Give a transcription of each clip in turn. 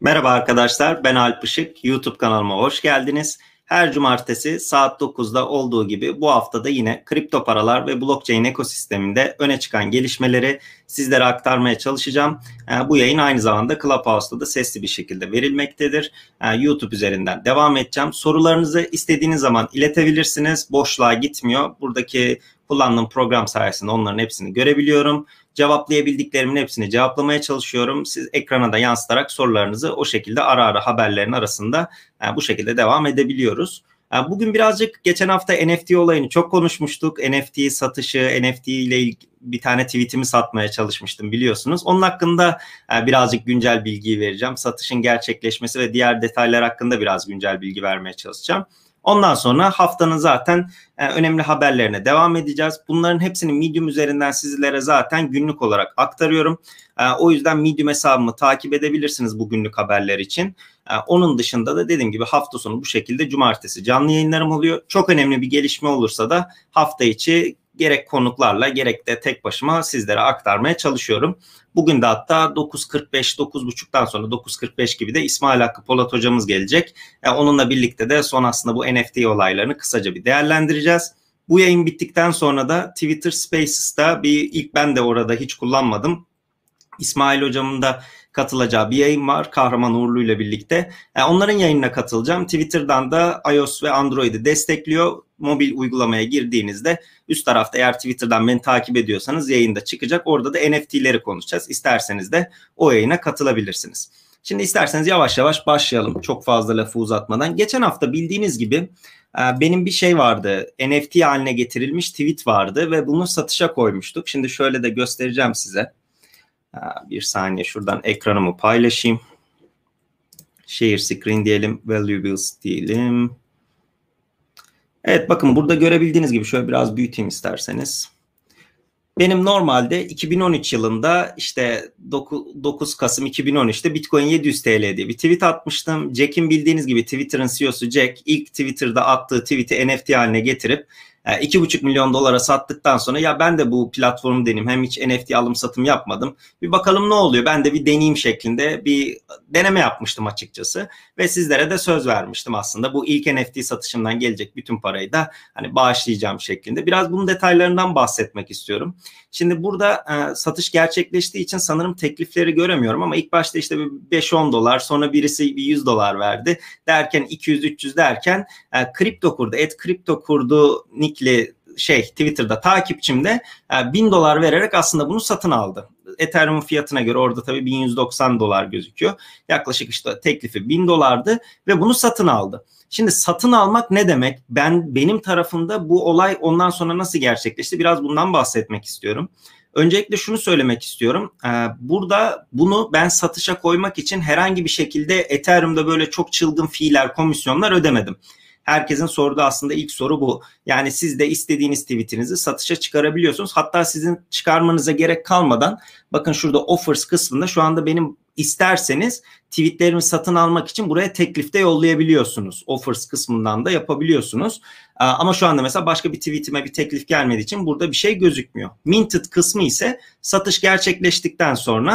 Merhaba arkadaşlar, ben Alp Işık. YouTube kanalıma hoş geldiniz. Her cumartesi saat 9'da olduğu gibi bu haftada yine kripto paralar ve blockchain ekosisteminde öne çıkan gelişmeleri sizlere aktarmaya çalışacağım. Bu yayın aynı zamanda Clubhouse'da da sesli bir şekilde verilmektedir. YouTube üzerinden devam edeceğim. Sorularınızı istediğiniz zaman iletebilirsiniz. Boşluğa gitmiyor. Buradaki kullandığım program sayesinde onların hepsini görebiliyorum. Cevaplayabildiklerimin hepsini cevaplamaya çalışıyorum. Siz ekrana da yansıtarak sorularınızı o şekilde ara ara haberlerin arasında bu şekilde devam edebiliyoruz. Bugün birazcık geçen hafta NFT olayını çok konuşmuştuk. NFT satışı, NFT ile ilgili bir tane tweetimi satmaya çalışmıştım biliyorsunuz. Onun hakkında birazcık güncel bilgiyi vereceğim. Satışın gerçekleşmesi ve diğer detaylar hakkında biraz güncel bilgi vermeye çalışacağım. Ondan sonra haftanın zaten önemli haberlerine devam edeceğiz. Bunların hepsini Medium üzerinden sizlere zaten günlük olarak aktarıyorum. O yüzden Medium hesabımı takip edebilirsiniz bu günlük haberler için. Onun dışında da dediğim gibi hafta sonu bu şekilde cumartesi canlı yayınlarım oluyor. Çok önemli bir gelişme olursa da hafta içi gerek konuklarla gerek de tek başıma sizlere aktarmaya çalışıyorum. Bugün de hatta 9.45, 9.30'dan sonra 9.45 gibi de İsmail Hakkı Polat hocamız gelecek. Onunla birlikte de son aslında bu NFT olaylarını kısaca bir değerlendireceğiz. Bu yayın bittikten sonra da Twitter Spaces'ta ilk ben de orada hiç kullanmadım. İsmail hocamın da katılacağı bir yayın var Kahraman Uğurlu ile birlikte. Onların yayınına katılacağım. Twitter'dan da iOS ve Android'i destekliyor. Mobil uygulamaya girdiğinizde üst tarafta eğer Twitter'dan beni takip ediyorsanız yayında çıkacak. Orada da NFT'leri konuşacağız. İsterseniz de o yayına katılabilirsiniz. Şimdi isterseniz yavaş yavaş başlayalım. Çok fazla lafı uzatmadan. Geçen hafta bildiğiniz gibi benim bir şey vardı. NFT haline getirilmiş tweet vardı ve bunu satışa koymuştuk. Şimdi şöyle de göstereceğim size. Bir saniye şuradan ekranımı paylaşayım. Share screen diyelim. Valuables diyelim. Evet bakın burada görebildiğiniz gibi şöyle biraz büyüteyim isterseniz. Benim normalde 2013 yılında işte 9 Kasım 2013'te Bitcoin 700 TL diye bir tweet atmıştım. Jack'in bildiğiniz gibi Twitter'ın CEO'su Jack ilk Twitter'da attığı tweet'i NFT haline getirip 2,5 milyon dolara sattıktan sonra ya ben de bu platformu deneyim. Hem hiç NFT alım satım yapmadım. Bir bakalım ne oluyor. Ben de bir deneyim şeklinde bir deneme yapmıştım açıkçası. Ve sizlere de söz vermiştim aslında. Bu ilk NFT satışımdan gelecek bütün parayı da hani bağışlayacağım şeklinde. Biraz bunun detaylarından bahsetmek istiyorum. Şimdi burada satış gerçekleştiği için sanırım teklifleri göremiyorum ama ilk başta işte 5-10 dolar sonra birisi bir 100 dolar verdi. Derken 200-300 derken kripto kurdu. Kripto kurdu nickli Twitter'da takipçim de 1000 dolar vererek aslında bunu satın aldı. Ethereum fiyatına göre orada tabii 1190 dolar gözüküyor. Yaklaşık işte teklifi 1000 dolardı ve bunu satın aldı. Şimdi satın almak ne demek? Benim tarafımda bu olay ondan sonra nasıl gerçekleşti? Biraz bundan bahsetmek istiyorum. Öncelikle şunu söylemek istiyorum. Burada bunu ben satışa koymak için herhangi bir şekilde Ethereum'da böyle çok çılgın fiiller, komisyonlar ödemedim. Herkesin sorduğu aslında ilk soru bu. Yani siz de istediğiniz tweetinizi satışa çıkarabiliyorsunuz. Hatta sizin çıkarmanıza gerek kalmadan bakın şurada offers kısmında şu anda benim isterseniz tweetlerimi satın almak için buraya teklifte yollayabiliyorsunuz. Offers kısmından da yapabiliyorsunuz. Ama şu anda mesela başka bir tweetime bir teklif gelmediği için burada bir şey gözükmüyor. Minted kısmı ise satış gerçekleştikten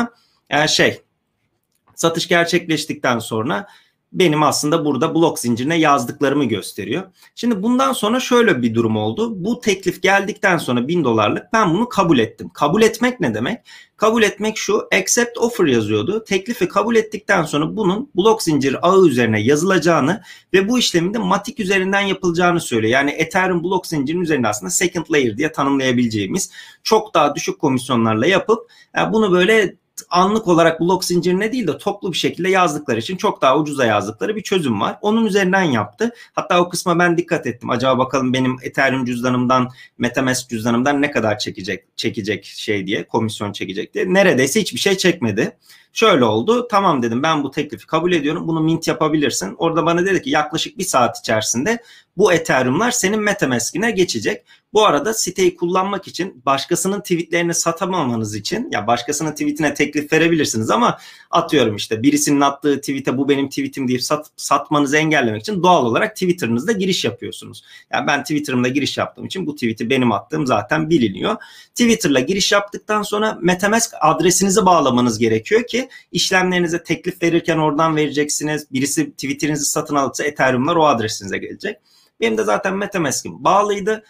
sonra benim aslında burada blok zincirine yazdıklarımı gösteriyor. Şimdi bundan sonra şöyle bir durum oldu. Bu teklif geldikten sonra 1000 dolarlık ben bunu kabul ettim. Kabul etmek ne demek? Kabul etmek şu, accept offer yazıyordu. Teklifi kabul ettikten sonra bunun blok zincir ağı üzerine yazılacağını ve bu işlemin de Matic üzerinden yapılacağını söylüyor. Yani Ethereum blok zincirinin üzerinde aslında second layer diye tanımlayabileceğimiz çok daha düşük komisyonlarla yapıp bunu böyle anlık olarak blok zincirine değil de toplu bir şekilde yazdıkları için çok daha ucuza yazdıkları bir çözüm var. Onun üzerinden yaptı. Hatta o kısma ben dikkat ettim. Acaba bakalım benim Ethereum cüzdanımdan, MetaMask cüzdanımdan ne kadar çekecek diye, komisyon çekecek diye. Neredeyse hiçbir şey çekmedi. Şöyle oldu. Tamam dedim ben bu teklifi kabul ediyorum. Bunu mint yapabilirsin. Orada bana dedi ki yaklaşık bir saat içerisinde bu Ethereum'lar senin MetaMask'ine geçecek. Bu arada siteyi kullanmak için başkasının tweetlerini satamamanız için, ya başkasının tweetine teklif verebilirsiniz ama atıyorum işte birisinin attığı tweete bu benim tweetim deyip satmanızı engellemek için doğal olarak Twitter'ınızda giriş yapıyorsunuz. Yani ben Twitter'ımda giriş yaptığım için bu tweet'i benim attığım zaten biliniyor. Twitter'la giriş yaptıktan sonra MetaMask adresinizi bağlamanız gerekiyor ki işlemlerinize teklif verirken oradan vereceksiniz. Birisi Twitter'inizi satın alırsa Ethereum'lar o adresinize gelecek. Benim de zaten MetaMask'im bağlıydı.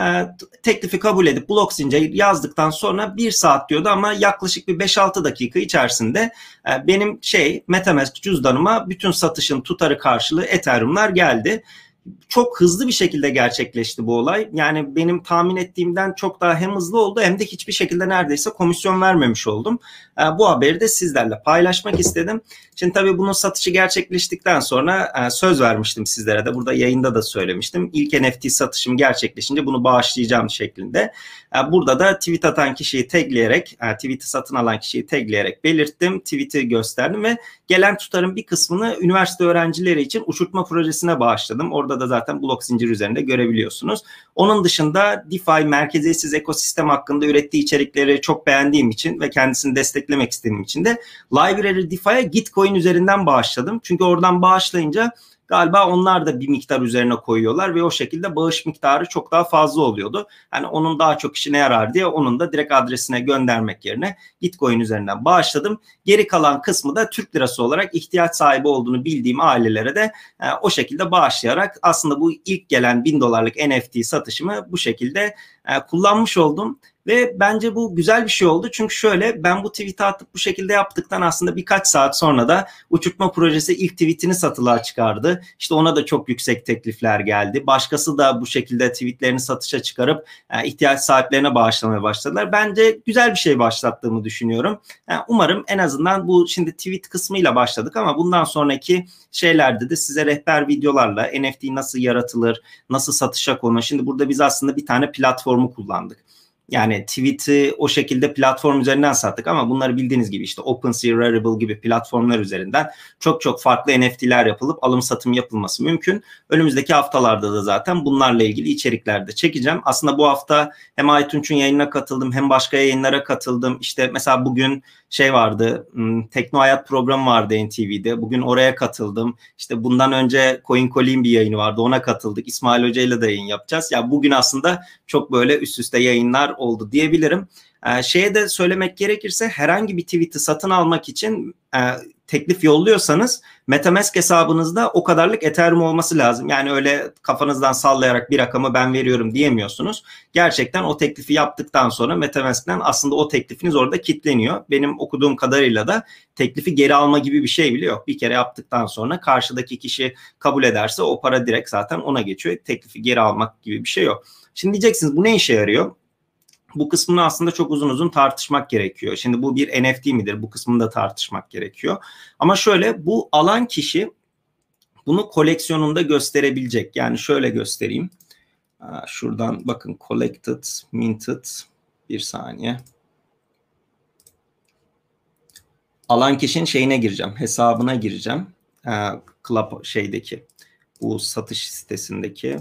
Teklifi kabul edip blok zinciri yazdıktan sonra 1 saat diyordu ama yaklaşık bir 5-6 dakika içerisinde benim MetaMask cüzdanıma bütün satışın tutarı karşılığı Ethereum'lar geldi. Çok hızlı bir şekilde gerçekleşti bu olay. Yani benim tahmin ettiğimden çok daha hem hızlı oldu hem de hiçbir şekilde neredeyse komisyon vermemiş oldum. Bu haberi de sizlerle paylaşmak istedim. Şimdi tabii bunun satışı gerçekleştikten sonra söz vermiştim sizlere de. Burada yayında da söylemiştim. İlk NFT satışım gerçekleşince bunu bağışlayacağım şeklinde. Burada da tweet atan kişiyi tagleyerek, tweet'i satın alan kişiyi tagleyerek belirttim. Tweet'i gösterdim ve gelen tutarın bir kısmını üniversite öğrencileri için uçurtma projesine bağışladım. Orada da zaten blok zinciri üzerinde görebiliyorsunuz. Onun dışında DeFi merkeziyetsiz ekosistem hakkında ürettiği içerikleri çok beğendiğim için ve kendisini desteklemek istediğim için de Library DeFi'ye Gitcoin üzerinden bağışladım. Çünkü oradan bağışlayınca galiba onlar da bir miktar üzerine koyuyorlar ve o şekilde bağış miktarı çok daha fazla oluyordu. Yani onun daha çok işine yarar diye onun da direkt adresine göndermek yerine Gitcoin üzerinden bağışladım. Geri kalan kısmı da Türk lirası olarak ihtiyaç sahibi olduğunu bildiğim ailelere de o şekilde bağışlayarak aslında bu ilk gelen $1000 NFT satışımı bu şekilde kullanmış oldum. Ve bence bu güzel bir şey oldu. Çünkü şöyle, ben bu tweet'i atıp bu şekilde yaptıktan aslında birkaç saat sonra da uçurtma projesi ilk tweet'ini satılığa çıkardı. İşte ona da çok yüksek teklifler geldi. Başkası da bu şekilde tweetlerini satışa çıkarıp ihtiyaç sahiplerine bağışlamaya başladılar. Bence güzel bir şey başlattığımı düşünüyorum. Umarım en azından bu şimdi tweet kısmıyla başladık ama bundan sonraki şeylerde de size rehber videolarla NFT nasıl yaratılır, nasıl satışa konur. Şimdi burada biz aslında bir tane platformu kullandık. Yani tweet'i o şekilde platform üzerinden sattık ama bunları bildiğiniz gibi işte OpenSea, Rarible gibi platformlar üzerinden çok farklı NFT'ler yapılıp alım satım yapılması mümkün. Önümüzdeki haftalarda da zaten bunlarla ilgili içerikler de çekeceğim. Aslında bu hafta hem Aytunç'un yayınına katıldım hem başka yayınlara katıldım. İşte mesela bugün vardı, Tekno Hayat programı vardı NTV'de. Bugün oraya katıldım. İşte bundan önce CoinColl'in bir yayını vardı. Ona katıldık. İsmail Hoca ile de yayın yapacağız. Ya bugün aslında çok böyle üst üste yayınlar oldu diyebilirim. De söylemek gerekirse herhangi bir tweet'i satın almak için teklif yolluyorsanız MetaMask hesabınızda o kadarlık Ethereum olması lazım. Yani öyle kafanızdan sallayarak bir rakamı ben veriyorum diyemiyorsunuz. Gerçekten o teklifi yaptıktan sonra MetaMask'ten aslında o teklifiniz orada kilitleniyor. Benim okuduğum kadarıyla da teklifi geri alma gibi bir şey bile yok. Bir kere yaptıktan sonra karşıdaki kişi kabul ederse o para direkt zaten ona geçiyor. Teklifi geri almak gibi bir şey yok. Şimdi diyeceksiniz bu ne işe yarıyor? Bu kısmını aslında çok uzun tartışmak gerekiyor. Şimdi bu bir NFT midir? Bu kısmını da tartışmak gerekiyor. Ama şöyle, bu alan kişi bunu koleksiyonunda gösterebilecek. Yani şöyle göstereyim. Şuradan bakın, collected, minted, bir saniye. Alan kişinin şeyine gireceğim. Hesabına gireceğim. Club bu satış sitesindeki.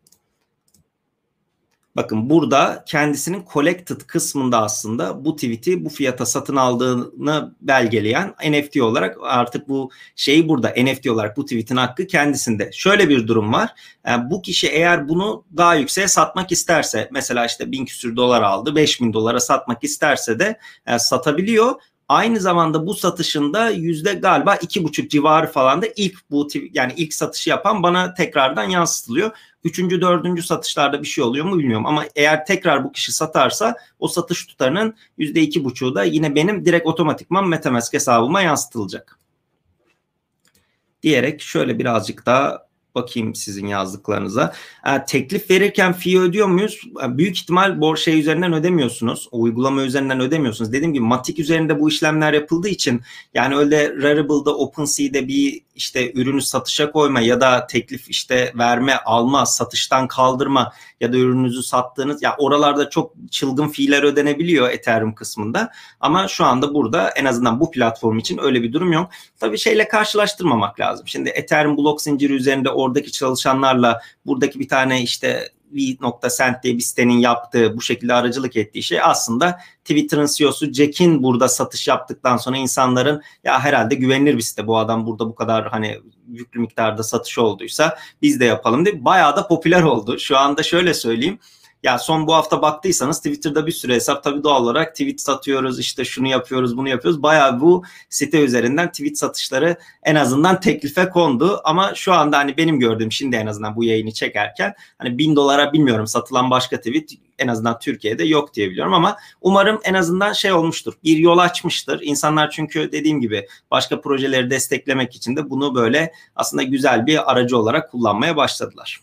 Bakın burada kendisinin collected kısmında aslında bu tweet'i bu fiyata satın aldığını belgeleyen NFT olarak artık bu burada NFT olarak bu tweet'in hakkı kendisinde. Şöyle bir durum var. Bu kişi eğer bunu daha yükseğe satmak isterse, mesela işte 1000 küsür dolar aldı, 5000 dolara satmak isterse de satabiliyor. Aynı zamanda bu satışında galiba 2,5 civarı falan da ilk satışı yapan bana tekrardan yansıtılıyor. 3. 4. satışlarda bir şey oluyor mu bilmiyorum ama eğer tekrar bu kişi satarsa o satış tutarının %2,5'u da yine benim direkt otomatikman MetaMask hesabıma yansıtılacak. Diyerek şöyle birazcık daha bakayım sizin yazdıklarınıza. Teklif verirken fee ödüyor muyuz? Büyük ihtimal bu üzerinden ödemiyorsunuz. O uygulama üzerinden ödemiyorsunuz. Dediğim gibi Matic üzerinde bu işlemler yapıldığı için, yani öyle Rarible'da, OpenSea'de bir ürünü satışa koyma ya da teklif verme, alma, satıştan kaldırma ya da ürününüzü sattığınız, oralarda çok çılgın fee'ler ödenebiliyor Ethereum kısmında. Ama şu anda burada en azından bu platform için öyle bir durum yok. Tabii karşılaştırmamak lazım. Şimdi Ethereum blok zinciri üzerinde oradaki çalışanlarla buradaki bir tane v.cent diye bir sitenin yaptığı, bu şekilde aracılık ettiği şey aslında Twitter'ın CEO'su Jack'in burada satış yaptıktan sonra insanların ya herhalde güvenilir bir site, bu adam burada bu kadar hani yüklü miktarda satış olduysa biz de yapalım diye bayağı da popüler oldu. Şu anda şöyle söyleyeyim. Ya son bu hafta baktıysanız Twitter'da bir sürü hesap, tabii doğal olarak tweet satıyoruz, işte şunu yapıyoruz, bunu yapıyoruz. Bayağı bu site üzerinden tweet satışları en azından teklife kondu. Ama şu anda hani benim gördüğüm, şimdi en azından bu yayını çekerken hani $1000 bilmiyorum satılan başka tweet en azından Türkiye'de yok diye biliyorum, ama umarım en azından şey olmuştur. Bir yol açmıştır. İnsanlar çünkü dediğim gibi başka projeleri desteklemek için de bunu böyle aslında güzel bir aracı olarak kullanmaya başladılar.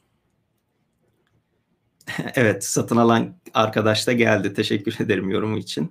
Evet, satın alan arkadaş da geldi. Teşekkür ederim yorumu için.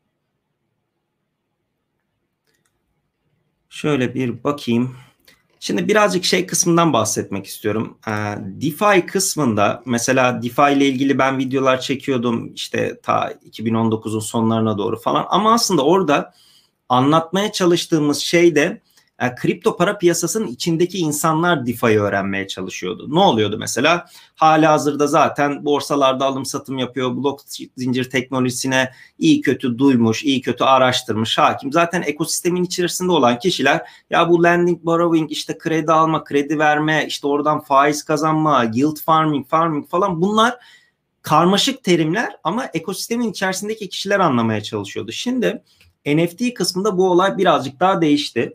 Şöyle bir bakayım. Şimdi birazcık şey kısmından bahsetmek istiyorum. DeFi kısmında mesela DeFi ile ilgili ben videolar çekiyordum işte ta 2019'un sonlarına doğru falan. Ama aslında orada anlatmaya çalıştığımız şey de kripto para piyasasının içindeki insanlar DeFi'yi öğrenmeye çalışıyordu. Ne oluyordu mesela? Halihazırda zaten borsalarda alım satım yapıyor. Blok zincir teknolojisine iyi kötü duymuş, iyi kötü araştırmış, hakim. Zaten ekosistemin içerisinde olan kişiler ya bu lending, borrowing, işte kredi alma, kredi verme, işte oradan faiz kazanma, yield farming falan, bunlar karmaşık terimler ama ekosistemin içerisindeki kişiler anlamaya çalışıyordu. Şimdi NFT kısmında bu olay birazcık daha değişti.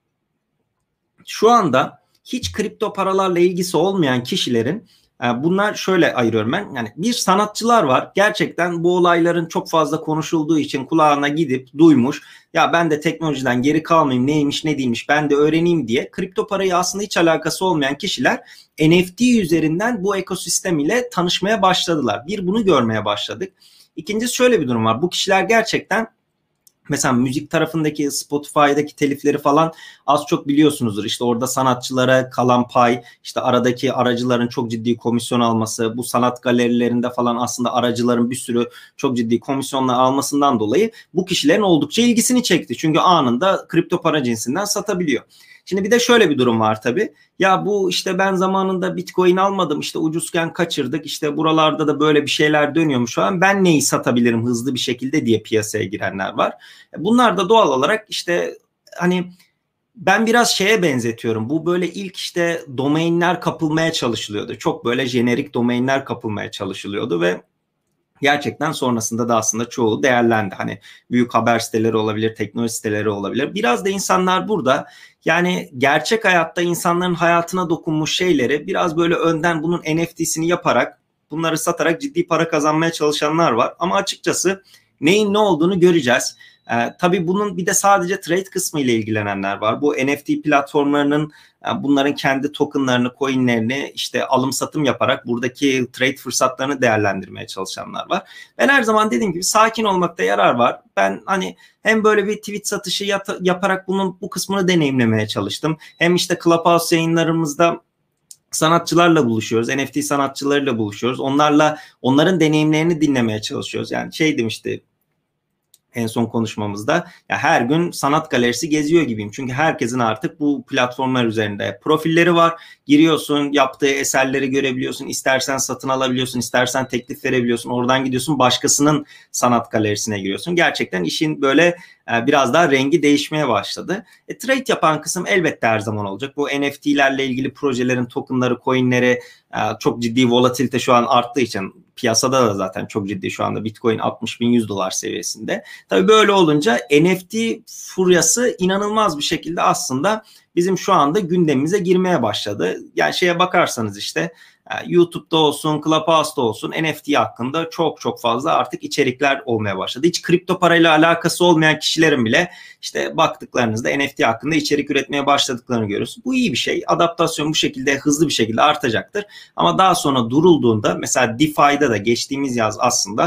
Şu anda hiç kripto paralarla ilgisi olmayan kişilerin, bunlar şöyle ayırıyorum ben. Yani bir sanatçılar var. Gerçekten bu olayların çok fazla konuşulduğu için kulağına gidip duymuş. Ya ben de teknolojiden geri kalmayayım, neymiş ne değilmiş ben de öğreneyim diye. Kripto parayı aslında hiç alakası olmayan kişiler NFT üzerinden bu ekosistem ile tanışmaya başladılar. Bir, bunu görmeye başladık. İkincisi şöyle bir durum var. Bu kişiler gerçekten mesela müzik tarafındaki Spotify'daki telifleri falan az çok biliyorsunuzdur. İşte orada sanatçılara kalan pay, işte aradaki aracıların çok ciddi komisyon alması, bu sanat galerilerinde falan aslında aracıların bir sürü çok ciddi komisyonlar almasından dolayı bu kişilerin oldukça ilgisini çekti. Çünkü anında kripto para cinsinden satabiliyor. Şimdi bir de şöyle bir durum var tabii. Ya bu işte ben zamanında Bitcoin almadım, işte ucuzken kaçırdık, işte buralarda da böyle bir şeyler dönüyormuş şu an. Ben neyi satabilirim hızlı bir şekilde diye piyasaya girenler var. Bunlar da doğal olarak işte hani ben biraz şeye benzetiyorum. Bu böyle ilk işte domainler kapılmaya çalışılıyordu. Çok böyle jenerik domainler kapılmaya çalışılıyordu ve gerçekten sonrasında da aslında çoğu değerlendi. Hani büyük haber siteleri olabilir, teknoloji siteleri olabilir. Biraz da insanlar burada yani gerçek hayatta insanların hayatına dokunmuş şeyleri biraz böyle önden bunun NFT'sini yaparak, bunları satarak ciddi para kazanmaya çalışanlar var. Ama açıkçası neyin ne olduğunu göreceğiz. Tabii bunun bir de sadece trade kısmı ile ilgilenenler var. Bu NFT platformlarının bunların kendi tokenlarını, coinlerini işte alım satım yaparak buradaki trade fırsatlarını değerlendirmeye çalışanlar var. Ben her zaman dediğim gibi sakin olmakta yarar var. Ben hani hem böyle bir tweet satışı yaparak bunun bu kısmını deneyimlemeye çalıştım. Hem işte Clubhouse yayınlarımızda sanatçılarla buluşuyoruz. NFT sanatçılarıyla buluşuyoruz. Onların deneyimlerini dinlemeye çalışıyoruz. Yani şey demişti en son konuşmamızda, ya her gün sanat galerisi geziyor gibiyim. Çünkü herkesin artık bu platformlar üzerinde profilleri var. Giriyorsun, yaptığı eserleri görebiliyorsun. İstersen satın alabiliyorsun, istersen teklif verebiliyorsun. Oradan gidiyorsun, başkasının sanat galerisine giriyorsun. Gerçekten işin böyle biraz daha rengi değişmeye başladı. Trade yapan kısım elbette her zaman olacak. Bu NFT'lerle ilgili projelerin tokenları, coinleri çok ciddi volatilite şu an arttığı için piyasada da zaten çok ciddi şu anda Bitcoin 60.100 dolar seviyesinde. Tabii böyle olunca NFT furyası inanılmaz bir şekilde aslında bizim şu anda gündemimize girmeye başladı. Yani şeye bakarsanız işte YouTube'da olsun, Clubhouse'da olsun NFT hakkında çok çok fazla artık içerikler olmaya başladı. Hiç kripto parayla alakası olmayan kişilerin bile işte baktıklarınızda NFT hakkında içerik üretmeye başladıklarını görüyorsunuz. Bu iyi bir şey. Adaptasyon bu şekilde hızlı bir şekilde artacaktır. Ama daha sonra durulduğunda mesela DeFi'da da geçtiğimiz yaz aslında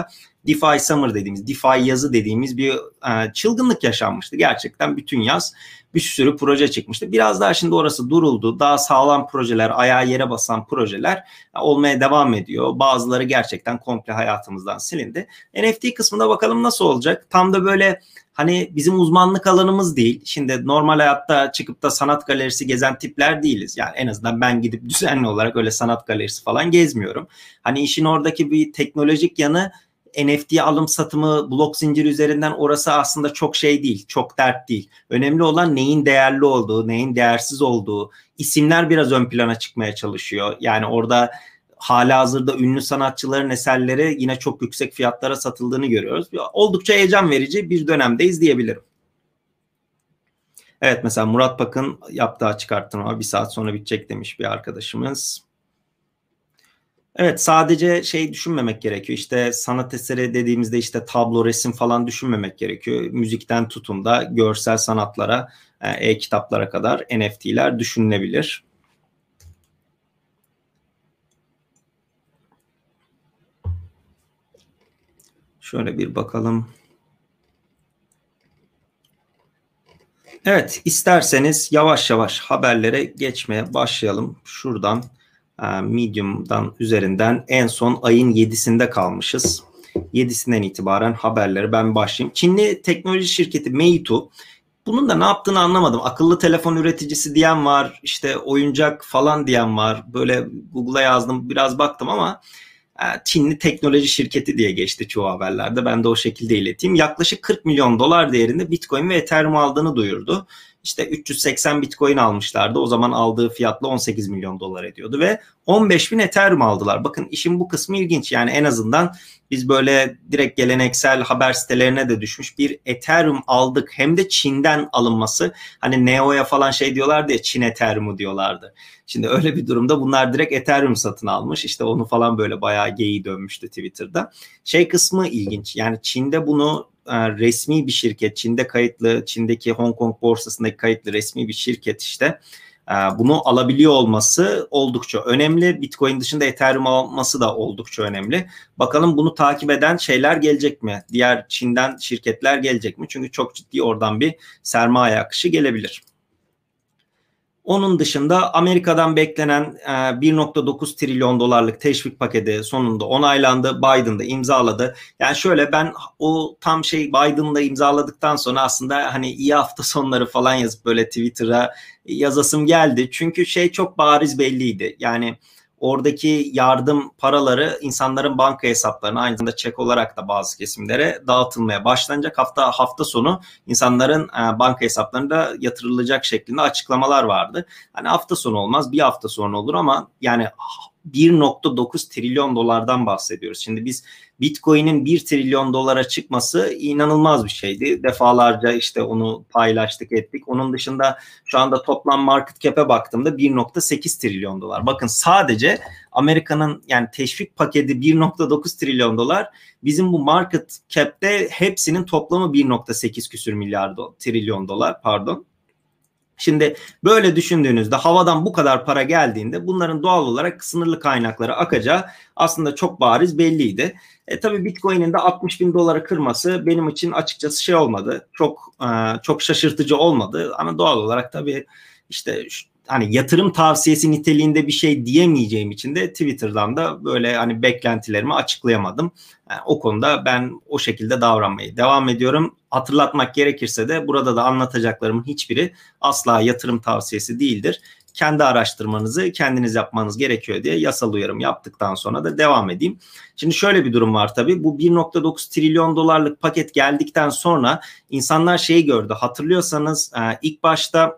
DeFi Summer dediğimiz, DeFi yazı dediğimiz bir çılgınlık yaşanmıştı. Gerçekten bütün yaz bir sürü proje çıkmıştı. Biraz daha şimdi orası duruldu. Daha sağlam projeler, ayağı yere basan projeler olmaya devam ediyor. Bazıları gerçekten komple hayatımızdan silindi. NFT kısmında bakalım nasıl olacak? Tam da böyle hani bizim uzmanlık alanımız değil. Şimdi normal hayatta çıkıp da sanat galerisi gezen tipler değiliz. Yani en azından ben gidip düzenli olarak öyle sanat galerisi falan gezmiyorum. Hani işin oradaki bir teknolojik yanı, NFT alım satımı blok zinciri üzerinden, orası aslında çok şey değil, çok dert değil. Önemli olan neyin değerli olduğu, neyin değersiz olduğu. İsimler biraz ön plana çıkmaya çalışıyor. Yani orada halihazırda ünlü sanatçıların eserleri yine çok yüksek fiyatlara satıldığını görüyoruz. Oldukça heyecan verici bir dönemdeyiz diyebilirim. Evet, mesela Murat Pak'ın yaptığı açık arttırma 1 saat sonra bitecek demiş bir arkadaşımız. Evet, sadece şey düşünmemek gerekiyor. İşte sanat eseri dediğimizde işte tablo, resim falan düşünmemek gerekiyor. Müzikten tutun da görsel sanatlara, e-kitaplara kadar NFT'ler düşünülebilir. Şöyle bir bakalım. Evet, isterseniz yavaş yavaş haberlere geçmeye başlayalım. Şuradan Medium'dan üzerinden en son ayın 7'sinde kalmışız. 7'sinden itibaren haberlere ben başlayayım. Çinli teknoloji şirketi Meitu, bunun da ne yaptığını anlamadım. Akıllı telefon üreticisi diyen var, işte oyuncak falan diyen var. Böyle Google'a yazdım, biraz baktım ama Çinli teknoloji şirketi diye geçti çoğu haberlerde. Ben de o şekilde ileteyim. Yaklaşık 40 milyon dolar değerinde Bitcoin ve Ethereum aldığını duyurdu. İşte 380 Bitcoin almışlardı. O zaman aldığı fiyatla 18 milyon dolar ediyordu ve 15 bin Ethereum aldılar. Bakın, işin bu kısmı ilginç. Yani en azından biz böyle direkt geleneksel haber sitelerine de düşmüş bir Ethereum aldık. Hem de Çin'den alınması. Hani Neo'ya falan şey diyorlardı ya, Çin Ethereum'u diyorlardı. Şimdi öyle bir durumda bunlar direkt Ethereum satın almış. İşte onu falan böyle bayağı geyiği dönmüştü Twitter'da. Şey kısmı ilginç. Yani Çin'de bunu resmi bir şirket, Çin'de kayıtlı, Çin'deki Hong Kong borsasındaki kayıtlı resmi bir şirket işte bunu alabiliyor olması oldukça önemli. Bitcoin dışında Ethereum alması da oldukça önemli. Bakalım bunu takip eden şeyler gelecek mi? Diğer Çin'den şirketler gelecek mi? Çünkü çok ciddi oradan bir sermaye akışı gelebilir. Onun dışında Amerika'dan beklenen 1,9 trilyon dolarlık teşvik paketi sonunda onaylandı. Biden da imzaladı. Yani şöyle, ben o tam şey Biden'da imzaladıktan sonra aslında hani iyi hafta sonları falan yazıp böyle Twitter'a yazasım geldi. Çünkü şey çok bariz belliydi. Yani oradaki yardım paraları insanların banka hesaplarına, aynı zamanda çek olarak da bazı kesimlere dağıtılmaya başlanacak. Hafta sonu insanların banka hesaplarında yatırılacak şeklinde açıklamalar vardı. Hani hafta sonu olmaz, bir hafta sonra olur ama yani 1,9 trilyon dolardan bahsediyoruz. Şimdi biz Bitcoin'in 1 trilyon dolara çıkması inanılmaz bir şeydi. Defalarca işte onu paylaştık ettik. Onun dışında şu anda toplam market cap'e baktığımda 1,8 trilyon dolar. Bakın, sadece Amerika'nın yani teşvik paketi 1,9 trilyon dolar. Bizim bu market cap'te hepsinin toplamı 1,8 küsür trilyon dolar pardon. Şimdi böyle düşündüğünüzde, havadan bu kadar para geldiğinde bunların doğal olarak sınırlı kaynaklara akacağı aslında çok bariz belliydi. Tabii Bitcoin'in de 60 bin dolara kırması benim için açıkçası şey olmadı. Çok şaşırtıcı olmadı ama doğal olarak tabii işte hani yatırım tavsiyesi niteliğinde bir şey diyemeyeceğim için de Twitter'dan da böyle hani beklentilerimi açıklayamadım. Yani o konuda ben o şekilde davranmaya devam ediyorum. Hatırlatmak gerekirse de burada da anlatacaklarımın hiçbiri asla yatırım tavsiyesi değildir. Kendi araştırmanızı kendiniz yapmanız gerekiyor diye yasal uyarım yaptıktan sonra da devam edeyim. Şimdi şöyle bir durum var tabii. Bu 1,9 trilyon dolarlık paket geldikten sonra insanlar şeyi gördü. Hatırlıyorsanız ilk başta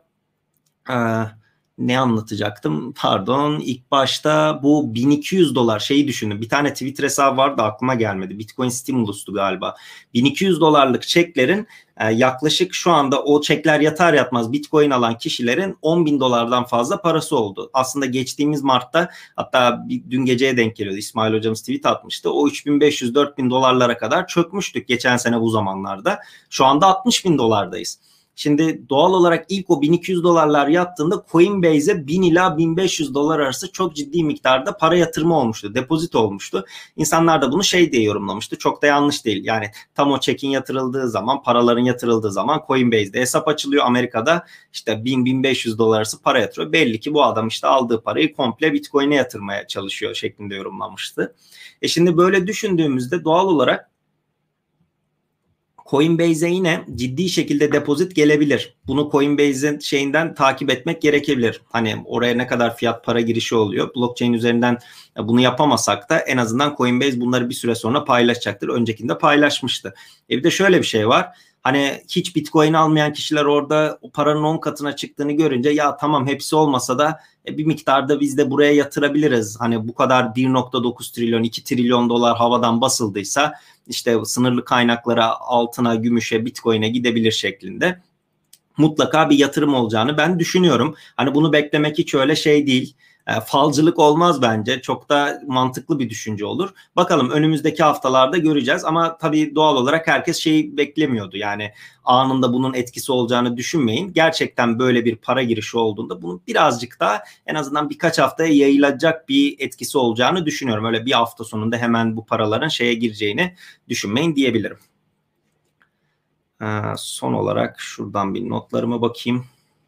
ne anlatacaktım? Pardon. İlk başta bu 1.200 dolar şeyi düşündüm. Bir tane Twitter hesabı vardı, aklıma gelmedi. Bitcoin Stimulus'tu galiba. 1.200 dolarlık çeklerin yaklaşık şu anda o çekler yatar yatmaz Bitcoin alan kişilerin 10 bin dolardan fazla parası oldu. Aslında geçtiğimiz Mart'ta, hatta dün geceye denk geliyordu, İsmail hocamız tweet atmıştı. O 3.500-4.000 dolarlara kadar çökmüştük geçen sene bu zamanlarda. Şu anda 60 bin dolardayız. Şimdi doğal olarak ilk o 1200 dolarlar yattığında Coinbase'e 1000 ila 1500 dolar arası çok ciddi miktarda para yatırımı olmuştu. Depozit olmuştu. İnsanlar da bunu şey diye yorumlamıştı. Çok da yanlış değil. Yani tam o çekin yatırıldığı zaman, paraların yatırıldığı zaman Coinbase'de hesap açılıyor. Amerika'da işte 1000-1500 dolar arası para yatırıyor. Belli ki bu adam işte aldığı parayı komple Bitcoin'e yatırmaya çalışıyor şeklinde yorumlamıştı. Şimdi böyle düşündüğümüzde doğal olarak Coinbase'e yine ciddi şekilde depozit gelebilir. Bunu Coinbase'in şeyinden takip etmek gerekebilir. Hani oraya ne kadar fiyat para girişi oluyor. Blockchain üzerinden bunu yapamasak da en azından Coinbase bunları bir süre sonra paylaşacaktır. Öncekinde paylaşmıştı. Bir de şöyle bir şey var. Hani hiç Bitcoin almayan kişiler orada o paranın 10 katına çıktığını görünce ya tamam hepsi olmasa da bir miktarda biz de buraya yatırabiliriz. Hani bu kadar 1,9 trilyon 2 trilyon dolar havadan basıldıysa işte sınırlı kaynaklara altına, gümüşe, Bitcoin'e gidebilir şeklinde mutlaka bir yatırım olacağını ben düşünüyorum. Hani bunu beklemek hiç öyle şey değil. Falcılık olmaz bence. Çok da mantıklı bir düşünce olur. Bakalım önümüzdeki haftalarda göreceğiz ama tabii doğal olarak herkes şeyi beklemiyordu. Yani anında bunun etkisi olacağını düşünmeyin. Gerçekten böyle bir para girişi olduğunda bunun birazcık daha en azından birkaç haftaya yayılacak bir etkisi olacağını düşünüyorum. Öyle bir hafta sonunda hemen bu paraların şeye gireceğini düşünmeyin diyebilirim. Son olarak şuradan bir notlarıma bakayım.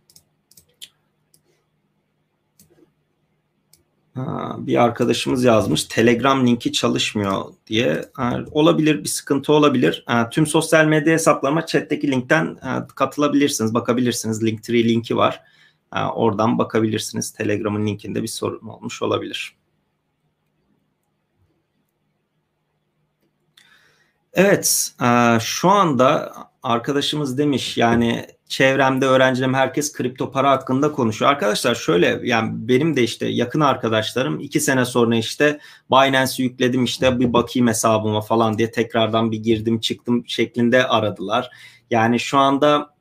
Bir arkadaşımız yazmış Telegram linki çalışmıyor diye. Olabilir, bir sıkıntı olabilir. Tüm sosyal medya hesaplarıma chat'teki linkten katılabilirsiniz, bakabilirsiniz. Linktree linki var. Oradan bakabilirsiniz. Telegram'ın linkinde bir sorun olmuş olabilir. Evet, şu anda arkadaşımız demiş yani çevremde öğrencilerim herkes kripto para hakkında konuşuyor. Arkadaşlar şöyle yani benim de işte yakın arkadaşlarım 2 sene sonra işte Binance'i yükledim işte bir bakayım hesabıma falan diye tekrardan bir girdim çıktım şeklinde aradılar. Yani şu anda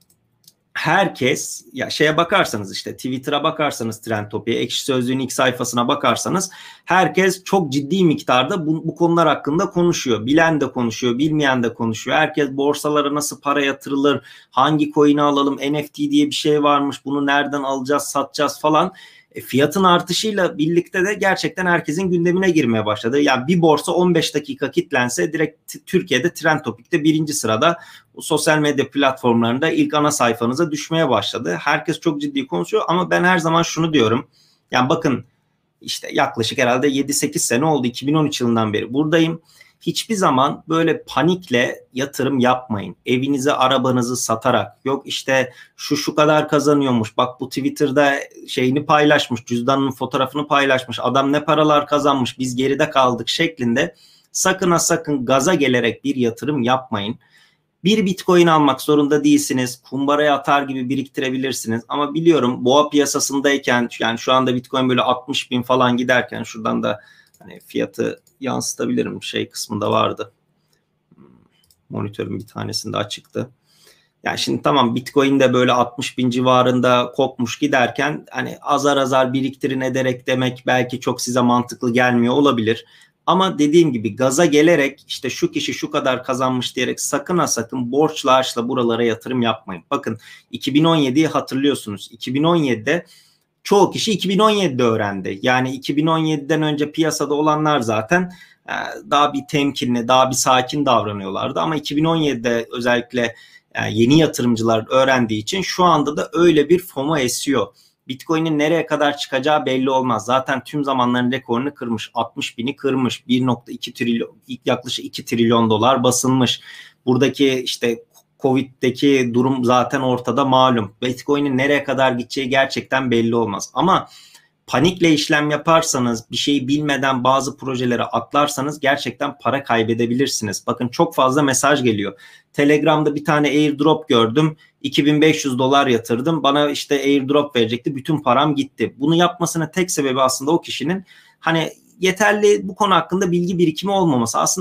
herkes ya şeye bakarsanız işte Twitter'a bakarsanız Trendtopia'ya, Ekşi Sözlüğün ilk sayfasına bakarsanız herkes çok ciddi miktarda bu konular hakkında konuşuyor. Bilen de konuşuyor, bilmeyen de konuşuyor. Herkes borsalara nasıl para yatırılır, hangi coin'i alalım, NFT diye bir şey varmış, bunu nereden alacağız, satacağız falan. Fiyatın artışıyla birlikte de gerçekten herkesin gündemine girmeye başladı. Yani bir borsa 15 dakika kilitlense direkt Türkiye'de Trend Topik'te birinci sırada sosyal medya platformlarında ilk ana sayfanıza düşmeye başladı. Herkes çok ciddi konuşuyor ama ben her zaman şunu diyorum. Yani bakın işte yaklaşık herhalde 7-8 sene oldu 2013 yılından beri buradayım. Hiçbir zaman böyle panikle yatırım yapmayın. Evinizi, arabanızı satarak yok işte şu kadar kazanıyormuş. Bak bu Twitter'da şeyini paylaşmış, cüzdanının fotoğrafını paylaşmış. Adam ne paralar kazanmış, biz geride kaldık şeklinde sakın ha sakın gaza gelerek bir yatırım yapmayın. Bir Bitcoin almak zorunda değilsiniz. Kumbaraya atar gibi biriktirebilirsiniz. Ama biliyorum boğa piyasasındayken yani şu anda Bitcoin böyle 60 bin falan giderken şuradan da hani fiyatı yansıtabilirim. Şey kısmında vardı. Monitörün bir tanesinde açıktı. Yani şimdi tamam Bitcoin de böyle 60 bin civarında kopmuş giderken hani azar azar biriktirin ederek demek belki çok size mantıklı gelmiyor olabilir. Ama dediğim gibi gaza gelerek işte şu kişi şu kadar kazanmış diyerek sakın ha sakın borçla harçla buralara yatırım yapmayın. Bakın 2017'yi hatırlıyorsunuz. 2017'de çoğu kişi 2017'de öğrendi. Yani 2017'den önce piyasada olanlar zaten daha bir temkinli, daha bir sakin davranıyorlardı. Ama 2017'de özellikle yeni yatırımcılar öğrendiği için şu anda da öyle bir FOMO esiyor. Bitcoin'in nereye kadar çıkacağı belli olmaz. Zaten tüm zamanların rekorunu kırmış. 60 bini kırmış. 1,2 trilyon, yaklaşık 2 trilyon dolar basılmış. Buradaki işte Covid'deki durum zaten ortada malum. Bitcoin'in nereye kadar gideceği gerçekten belli olmaz. Ama panikle işlem yaparsanız, bir şeyi bilmeden bazı projelere atlarsanız gerçekten para kaybedebilirsiniz. Bakın çok fazla mesaj geliyor. Telegram'da bir tane airdrop gördüm. 2500 dolar yatırdım. Bana işte airdrop verecekti. Bütün param gitti. Bunu yapmasının tek sebebi aslında o kişinin hani yeterli bu konu hakkında bilgi birikimi olmaması. Aslında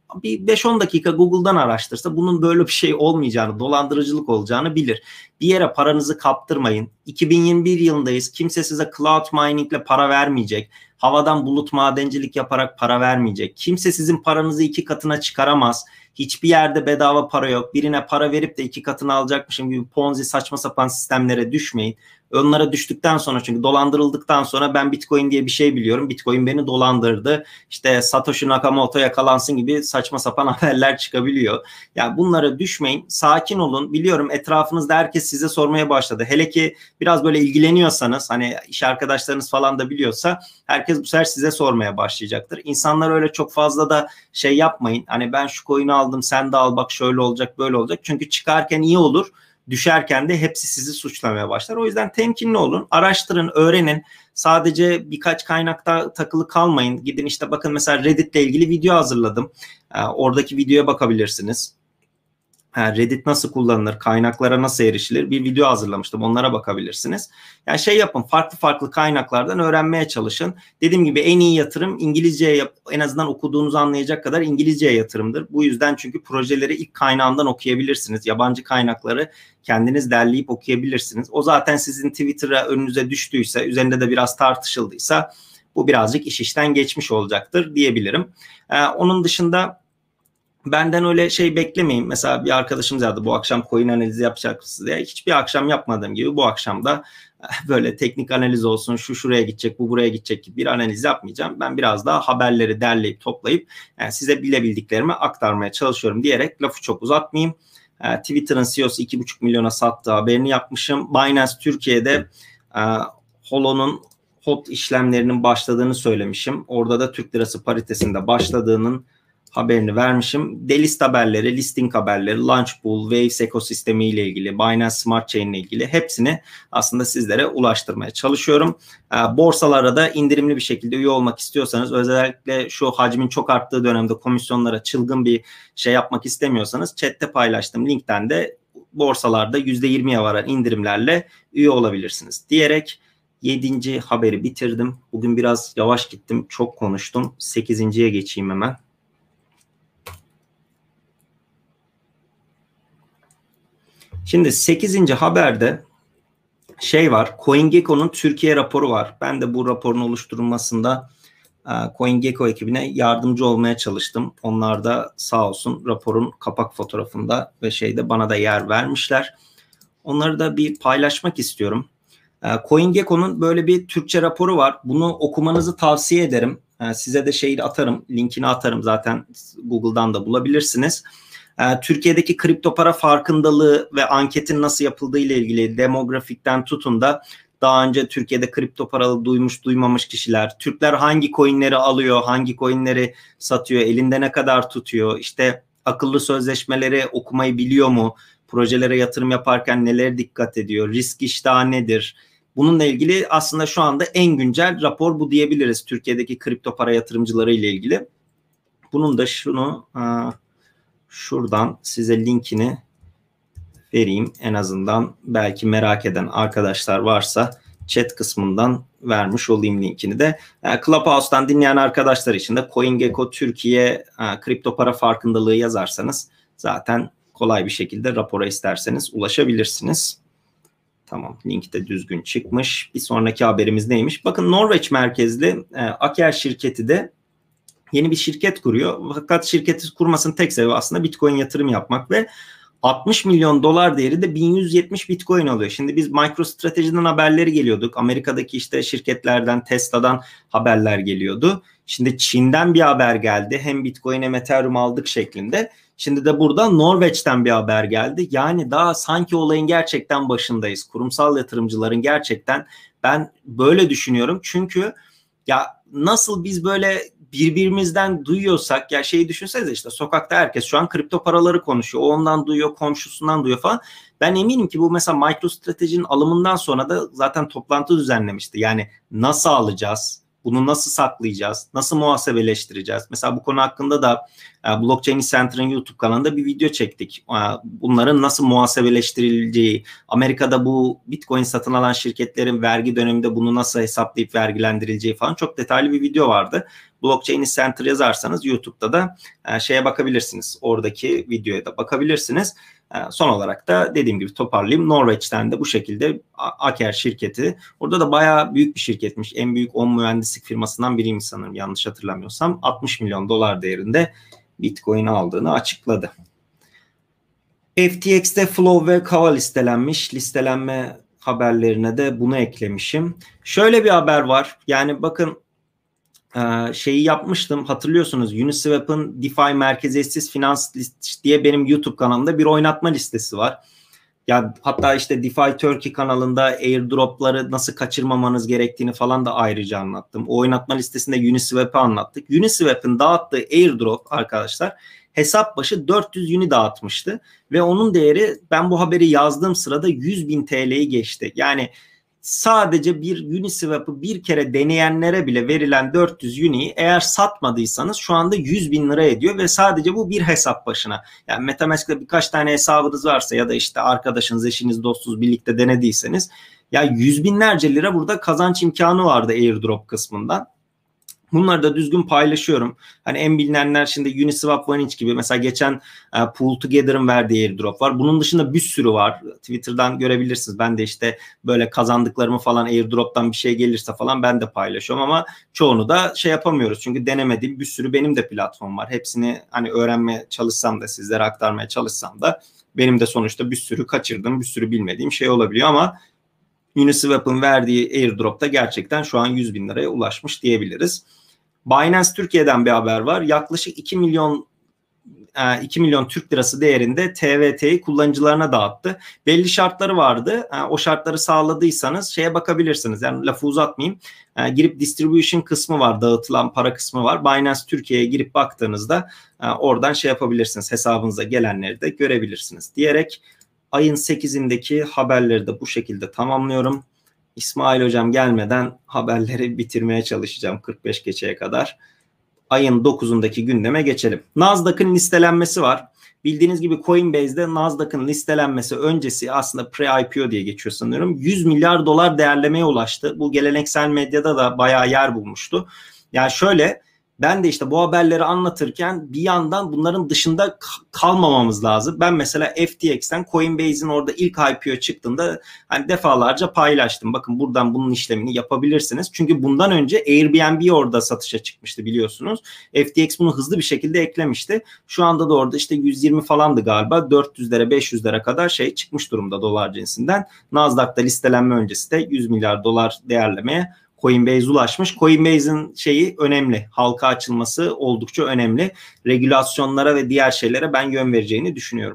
bir 5-10 dakika Google'dan araştırsa bunun böyle bir şey olmayacağını, dolandırıcılık olacağını bilir. Bir yere paranızı kaptırmayın. 2021 yılındayız. Kimse size cloud mining ile para vermeyecek. Havadan bulut madencilik yaparak para vermeyecek. Kimse sizin paranızı 2 katına çıkaramaz. Hiçbir yerde bedava para yok. Birine para verip de 2 katını alacakmışım gibi Ponzi saçma sapan sistemlere düşmeyin. Onlara düştükten sonra, çünkü dolandırıldıktan sonra ben Bitcoin diye bir şey biliyorum, Bitcoin beni dolandırdı, İşte Satoshi Nakamoto yakalansın gibi saçma sapan haberler çıkabiliyor. Yani bunlara düşmeyin, sakin olun. Biliyorum etrafınızda herkes size sormaya başladı. Hele ki biraz böyle ilgileniyorsanız, hani iş arkadaşlarınız falan da biliyorsa, herkes bu sefer size sormaya başlayacaktır. İnsanlar öyle çok fazla da şey yapmayın. Hani ben şu coin'i aldım, sen de al, bak şöyle olacak böyle olacak. Çünkü çıkarken iyi olur, düşerken de hepsi sizi suçlamaya başlar. O yüzden temkinli olun, araştırın, öğrenin. Sadece birkaç kaynakta takılı kalmayın. Gidin işte bakın, mesela Reddit'le ilgili video hazırladım. Oradaki videoya bakabilirsiniz. Reddit nasıl kullanılır, kaynaklara nasıl erişilir, bir video hazırlamıştım. Onlara bakabilirsiniz. Yani şey yapın, farklı farklı kaynaklardan öğrenmeye çalışın. Dediğim gibi en iyi yatırım İngilizceye, en azından okuduğunuzu anlayacak kadar İngilizceye yatırımdır. Bu yüzden, çünkü projeleri ilk kaynağından okuyabilirsiniz. Yabancı kaynakları kendiniz derleyip okuyabilirsiniz. O zaten sizin Twitter'a önünüze düştüyse, üzerinde de biraz tartışıldıysa, bu birazcık iş işten geçmiş olacaktır diyebilirim. Onun dışında benden öyle şey beklemeyin. Mesela bir arkadaşım yazdı, bu akşam coin analizi yapacaksınız diye. Hiçbir akşam yapmadığım gibi bu akşam da böyle teknik analiz olsun, şu şuraya gidecek, bu buraya gidecek gibi bir analiz yapmayacağım. Ben biraz daha haberleri derleyip toplayıp size bilebildiklerimi aktarmaya çalışıyorum diyerek lafı çok uzatmayayım. Twitter'ın CEO'su 2,5 milyona sattığı haberini yapmışım. Binance Türkiye'de Holo'nun hot işlemlerinin başladığını söylemişim. Orada da Türk lirası paritesinde başladığının haberini vermişim. Delist haberleri, listing haberleri, Launchpool, Waves ekosistemi ile ilgili, Binance Smart Chain ile ilgili hepsini aslında sizlere ulaştırmaya çalışıyorum. Borsalara da indirimli bir şekilde üye olmak istiyorsanız, özellikle şu hacmin çok arttığı dönemde komisyonlara çılgın bir şey yapmak istemiyorsanız, chatte paylaştığım linkten de borsalarda %20'ye varan indirimlerle üye olabilirsiniz diyerek 7. haberi bitirdim. Bugün biraz yavaş gittim, çok konuştum. 8.'ye geçeyim hemen. Şimdi 8. haberde şey var, CoinGecko'nun Türkiye raporu var. Ben de bu raporun oluşturulmasında CoinGecko ekibine yardımcı olmaya çalıştım. Onlar da sağ olsun raporun kapak fotoğrafında ve şeyde bana da yer vermişler. Onları da bir paylaşmak istiyorum. CoinGecko'nun böyle bir Türkçe raporu var. Bunu okumanızı tavsiye ederim. Size de şeyi atarım, linkini atarım, zaten Google'dan da bulabilirsiniz. Türkiye'deki kripto para farkındalığı ve anketin nasıl yapıldığı ile ilgili demografikten tutun da daha önce Türkiye'de kripto paralı duymuş duymamış kişiler, Türkler hangi coinleri alıyor, hangi coinleri satıyor, elinde ne kadar tutuyor, işte akıllı sözleşmeleri okumayı biliyor mu, projelere yatırım yaparken nelere dikkat ediyor, risk iştahı nedir? Bununla ilgili aslında şu anda en güncel rapor bu diyebiliriz, Türkiye'deki kripto para yatırımcıları ile ilgili. Bunun da şuradan size linkini vereyim, en azından belki merak eden arkadaşlar varsa chat kısmından vermiş olayım linkini de. Clubhouse'dan dinleyen arkadaşlar için de CoinGecko Türkiye kripto para farkındalığı yazarsanız zaten kolay bir şekilde rapora isterseniz ulaşabilirsiniz. Tamam, link de düzgün çıkmış. Bir sonraki haberimiz neymiş? Bakın, Norveç merkezli Aker şirketi de yeni bir şirket kuruyor. Fakat şirketi kurmasının tek sebebi aslında Bitcoin yatırım yapmak ve 60 milyon dolar değeri de 1170 Bitcoin alıyor. Şimdi biz MicroStrategy'den haberleri geliyorduk. Amerika'daki işte şirketlerden, Tesla'dan haberler geliyordu. Şimdi Çin'den bir haber geldi. Hem Bitcoin hem Ethereum aldık şeklinde. Şimdi de burada Norveç'ten bir haber geldi. Yani daha sanki olayın gerçekten başındayız. Kurumsal yatırımcıların gerçekten, ben böyle düşünüyorum. Çünkü ya nasıl biz böyle birbirimizden duyuyorsak, ya şeyi düşünsenize, işte sokakta herkes şu an kripto paraları konuşuyor. O ondan duyuyor, komşusundan duyuyor falan. Ben eminim ki bu mesela MicroStrategy'nin alımından sonra da zaten toplantı düzenlemişti. Yani nasıl alacağız? Bunu nasıl saklayacağız? Nasıl muhasebeleştireceğiz? Mesela bu konu hakkında da Blockchain Center'ın YouTube kanalında bir video çektik. Bunların nasıl muhasebeleştirileceği, Amerika'da bu Bitcoin satın alan şirketlerin vergi döneminde bunu nasıl hesaplayıp vergilendirileceği falan çok detaylı bir video vardı. Blockchain Center yazarsanız YouTube'da da şeye bakabilirsiniz. Oradaki videoya da bakabilirsiniz. Son olarak da dediğim gibi toparlayayım. Norveç'ten de bu şekilde Aker şirketi. Orada da bayağı büyük bir şirketmiş. En büyük 10 mühendislik firmasından biriymiş sanırım, yanlış hatırlamıyorsam. 60 milyon dolar değerinde Bitcoin aldığını açıkladı. FTX'te Flow ve Kava listelenmiş. Listelenme haberlerine de bunu eklemişim. Şöyle bir haber var. Yani bakın, şeyi yapmıştım, hatırlıyorsunuz, Uniswap'ın DeFi merkeziyetsiz finans diye benim YouTube kanalımda bir oynatma listesi var. Ya hatta işte DeFi Turkey kanalında airdropları nasıl kaçırmamanız gerektiğini falan da ayrıca anlattım. O oynatma listesinde Uniswap'ı anlattık. Uniswap'ın dağıttığı airdrop arkadaşlar hesap başı 400 uni dağıtmıştı ve onun değeri, ben bu haberi yazdığım sırada 100.000 TL'yi geçti. Yani sadece bir Uniswap'ı bir kere deneyenlere bile verilen 400 Uni'yi eğer satmadıysanız şu anda 100.000 lira ediyor ve sadece bu bir hesap başına. Yani MetaMask'ta birkaç tane hesabınız varsa ya da işte arkadaşınız, eşiniz, dostunuz birlikte denediyseniz ya 100.000'lerce lira burada kazanç imkanı vardı airdrop kısmından. Bunları da düzgün paylaşıyorum. Hani en bilinenler şimdi Uniswap, OneInch gibi, mesela geçen Pool Together'ın verdiği airdrop var. Bunun dışında bir sürü var. Twitter'dan görebilirsiniz. Ben de işte böyle kazandıklarımı falan, airdrop'tan bir şey gelirse falan ben de paylaşıyorum ama çoğunu da şey yapamıyoruz. Çünkü denemediğim bir sürü benim de platform var. Hepsini hani öğrenmeye çalışsam da, sizlere aktarmaya çalışsam da benim de sonuçta bir sürü kaçırdığım, bir sürü bilmediğim şey olabiliyor ama Uniswap'ın verdiği airdrop'ta gerçekten şu an 100.000 liraya ulaşmış diyebiliriz. Binance Türkiye'den bir haber var. Yaklaşık 2 milyon Türk lirası değerinde TVT'yi kullanıcılarına dağıttı. Belli şartları vardı. O şartları sağladıysanız şeye bakabilirsiniz. Yani lafı uzatmayayım. Girip distribution kısmı var, dağıtılan para kısmı var. Binance Türkiye'ye girip baktığınızda oradan şey yapabilirsiniz. Hesabınıza gelenleri de görebilirsiniz diyerek ayın 8'indeki haberleri de bu şekilde tamamlıyorum. İsmail hocam gelmeden haberleri bitirmeye çalışacağım 45 geçeye kadar. Ayın 9'undaki gündeme geçelim. Nasdaq'ın listelenmesi var. Bildiğiniz gibi Coinbase'de Nasdaq'ın listelenmesi öncesi aslında pre-IPO diye geçiyor sanıyorum. 100 milyar dolar değerlemeye ulaştı. Bu geleneksel medyada da bayağı yer bulmuştu. Yani şöyle, ben de işte bu haberleri anlatırken bir yandan bunların dışında kalmamamız lazım. Ben mesela FTX'ten Coinbase'in orada ilk IPO çıktığında hani defalarca paylaştım. Bakın buradan bunun işlemini yapabilirsiniz. Çünkü bundan önce Airbnb orada satışa çıkmıştı biliyorsunuz. FTX bunu hızlı bir şekilde eklemişti. Şu anda da orada işte 120 falandı galiba. 400'lere 500'lere kadar şey çıkmış durumda dolar cinsinden. Nasdaq'ta listelenme öncesi de 100 milyar dolar değerlemeye Coinbase ulaşmış. Coinbase'in şeyi önemli. Halka açılması oldukça önemli. Regülasyonlara ve diğer şeylere ben yön vereceğini düşünüyorum.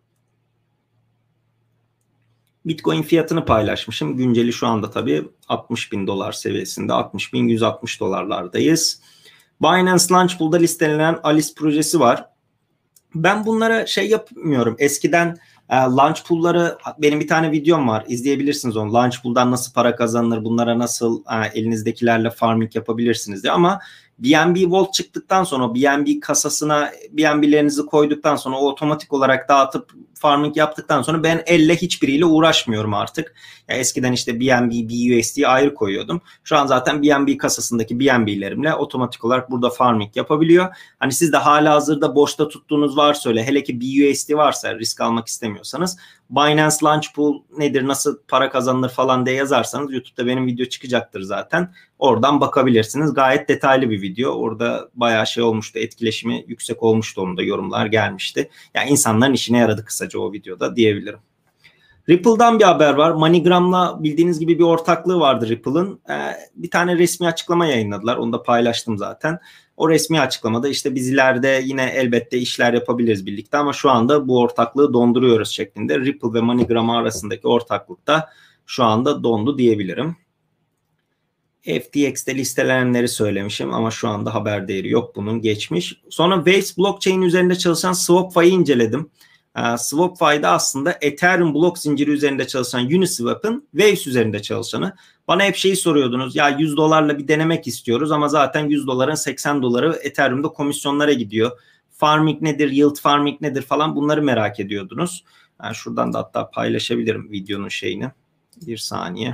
Bitcoin fiyatını paylaşmışım. Günceli şu anda tabii 60.000 dolar seviyesinde. 60.160 dolarlardayız. Binance Launchpool'da listelenen Alice projesi var. Ben bunlara şey yapmıyorum. Eskiden Launchpool'ları, benim bir tane videom var, izleyebilirsiniz onu. Launchpool'dan nasıl para kazanılır, bunlara nasıl elinizdekilerle farming yapabilirsiniz diye. Ama BNB Vault çıktıktan sonra, BNB kasasına BNB'lerinizi koyduktan sonra o otomatik olarak dağıtıp farming yaptıktan sonra ben elle hiçbiriyle uğraşmıyorum artık. Yani eskiden işte BNB, BUSD'yi ayrı koyuyordum. Şu an zaten BNB kasasındaki BNB'lerimle otomatik olarak burada farming yapabiliyor. Hani siz de hala hazırda boşta tuttuğunuz varsa, öyle hele ki BUSD varsa, risk almak istemiyorsanız, Binance Launchpool nedir, nasıl para kazanılır falan diye yazarsanız YouTube'da benim video çıkacaktır zaten. Oradan bakabilirsiniz. Gayet detaylı bir video. Orada bayağı şey olmuştu. Etkileşimi yüksek olmuştu. Onun da yorumlar gelmişti. Yani insanların işine yaradı kısaca o videoda diyebilirim. Ripple'dan bir haber var. MoneyGram'la bildiğiniz gibi bir ortaklığı vardı Ripple'ın. Bir tane resmi açıklama yayınladılar. Onu da paylaştım zaten. O resmi açıklamada işte biz ileride yine elbette işler yapabiliriz birlikte ama şu anda bu ortaklığı donduruyoruz şeklinde. Ripple ve MoneyGram arasındaki ortaklık da şu anda dondu diyebilirim. FTX'te listelenenleri söylemişim ama şu anda haber değeri yok bunun, geçmiş. Sonra Waves Blockchain üzerinde çalışan SwapFi'yi inceledim. SwapFi'de aslında Ethereum blok zinciri üzerinde çalışan Uniswap'ın Waves üzerinde çalışanı. Bana hep şeyi soruyordunuz, ya 100 dolarla bir denemek istiyoruz ama zaten 100 doların 80 doları Ethereum'da komisyonlara gidiyor. Farming nedir, yield farming nedir falan, bunları merak ediyordunuz. Şuradan da hatta paylaşabilirim videonun şeyini. Bir saniye.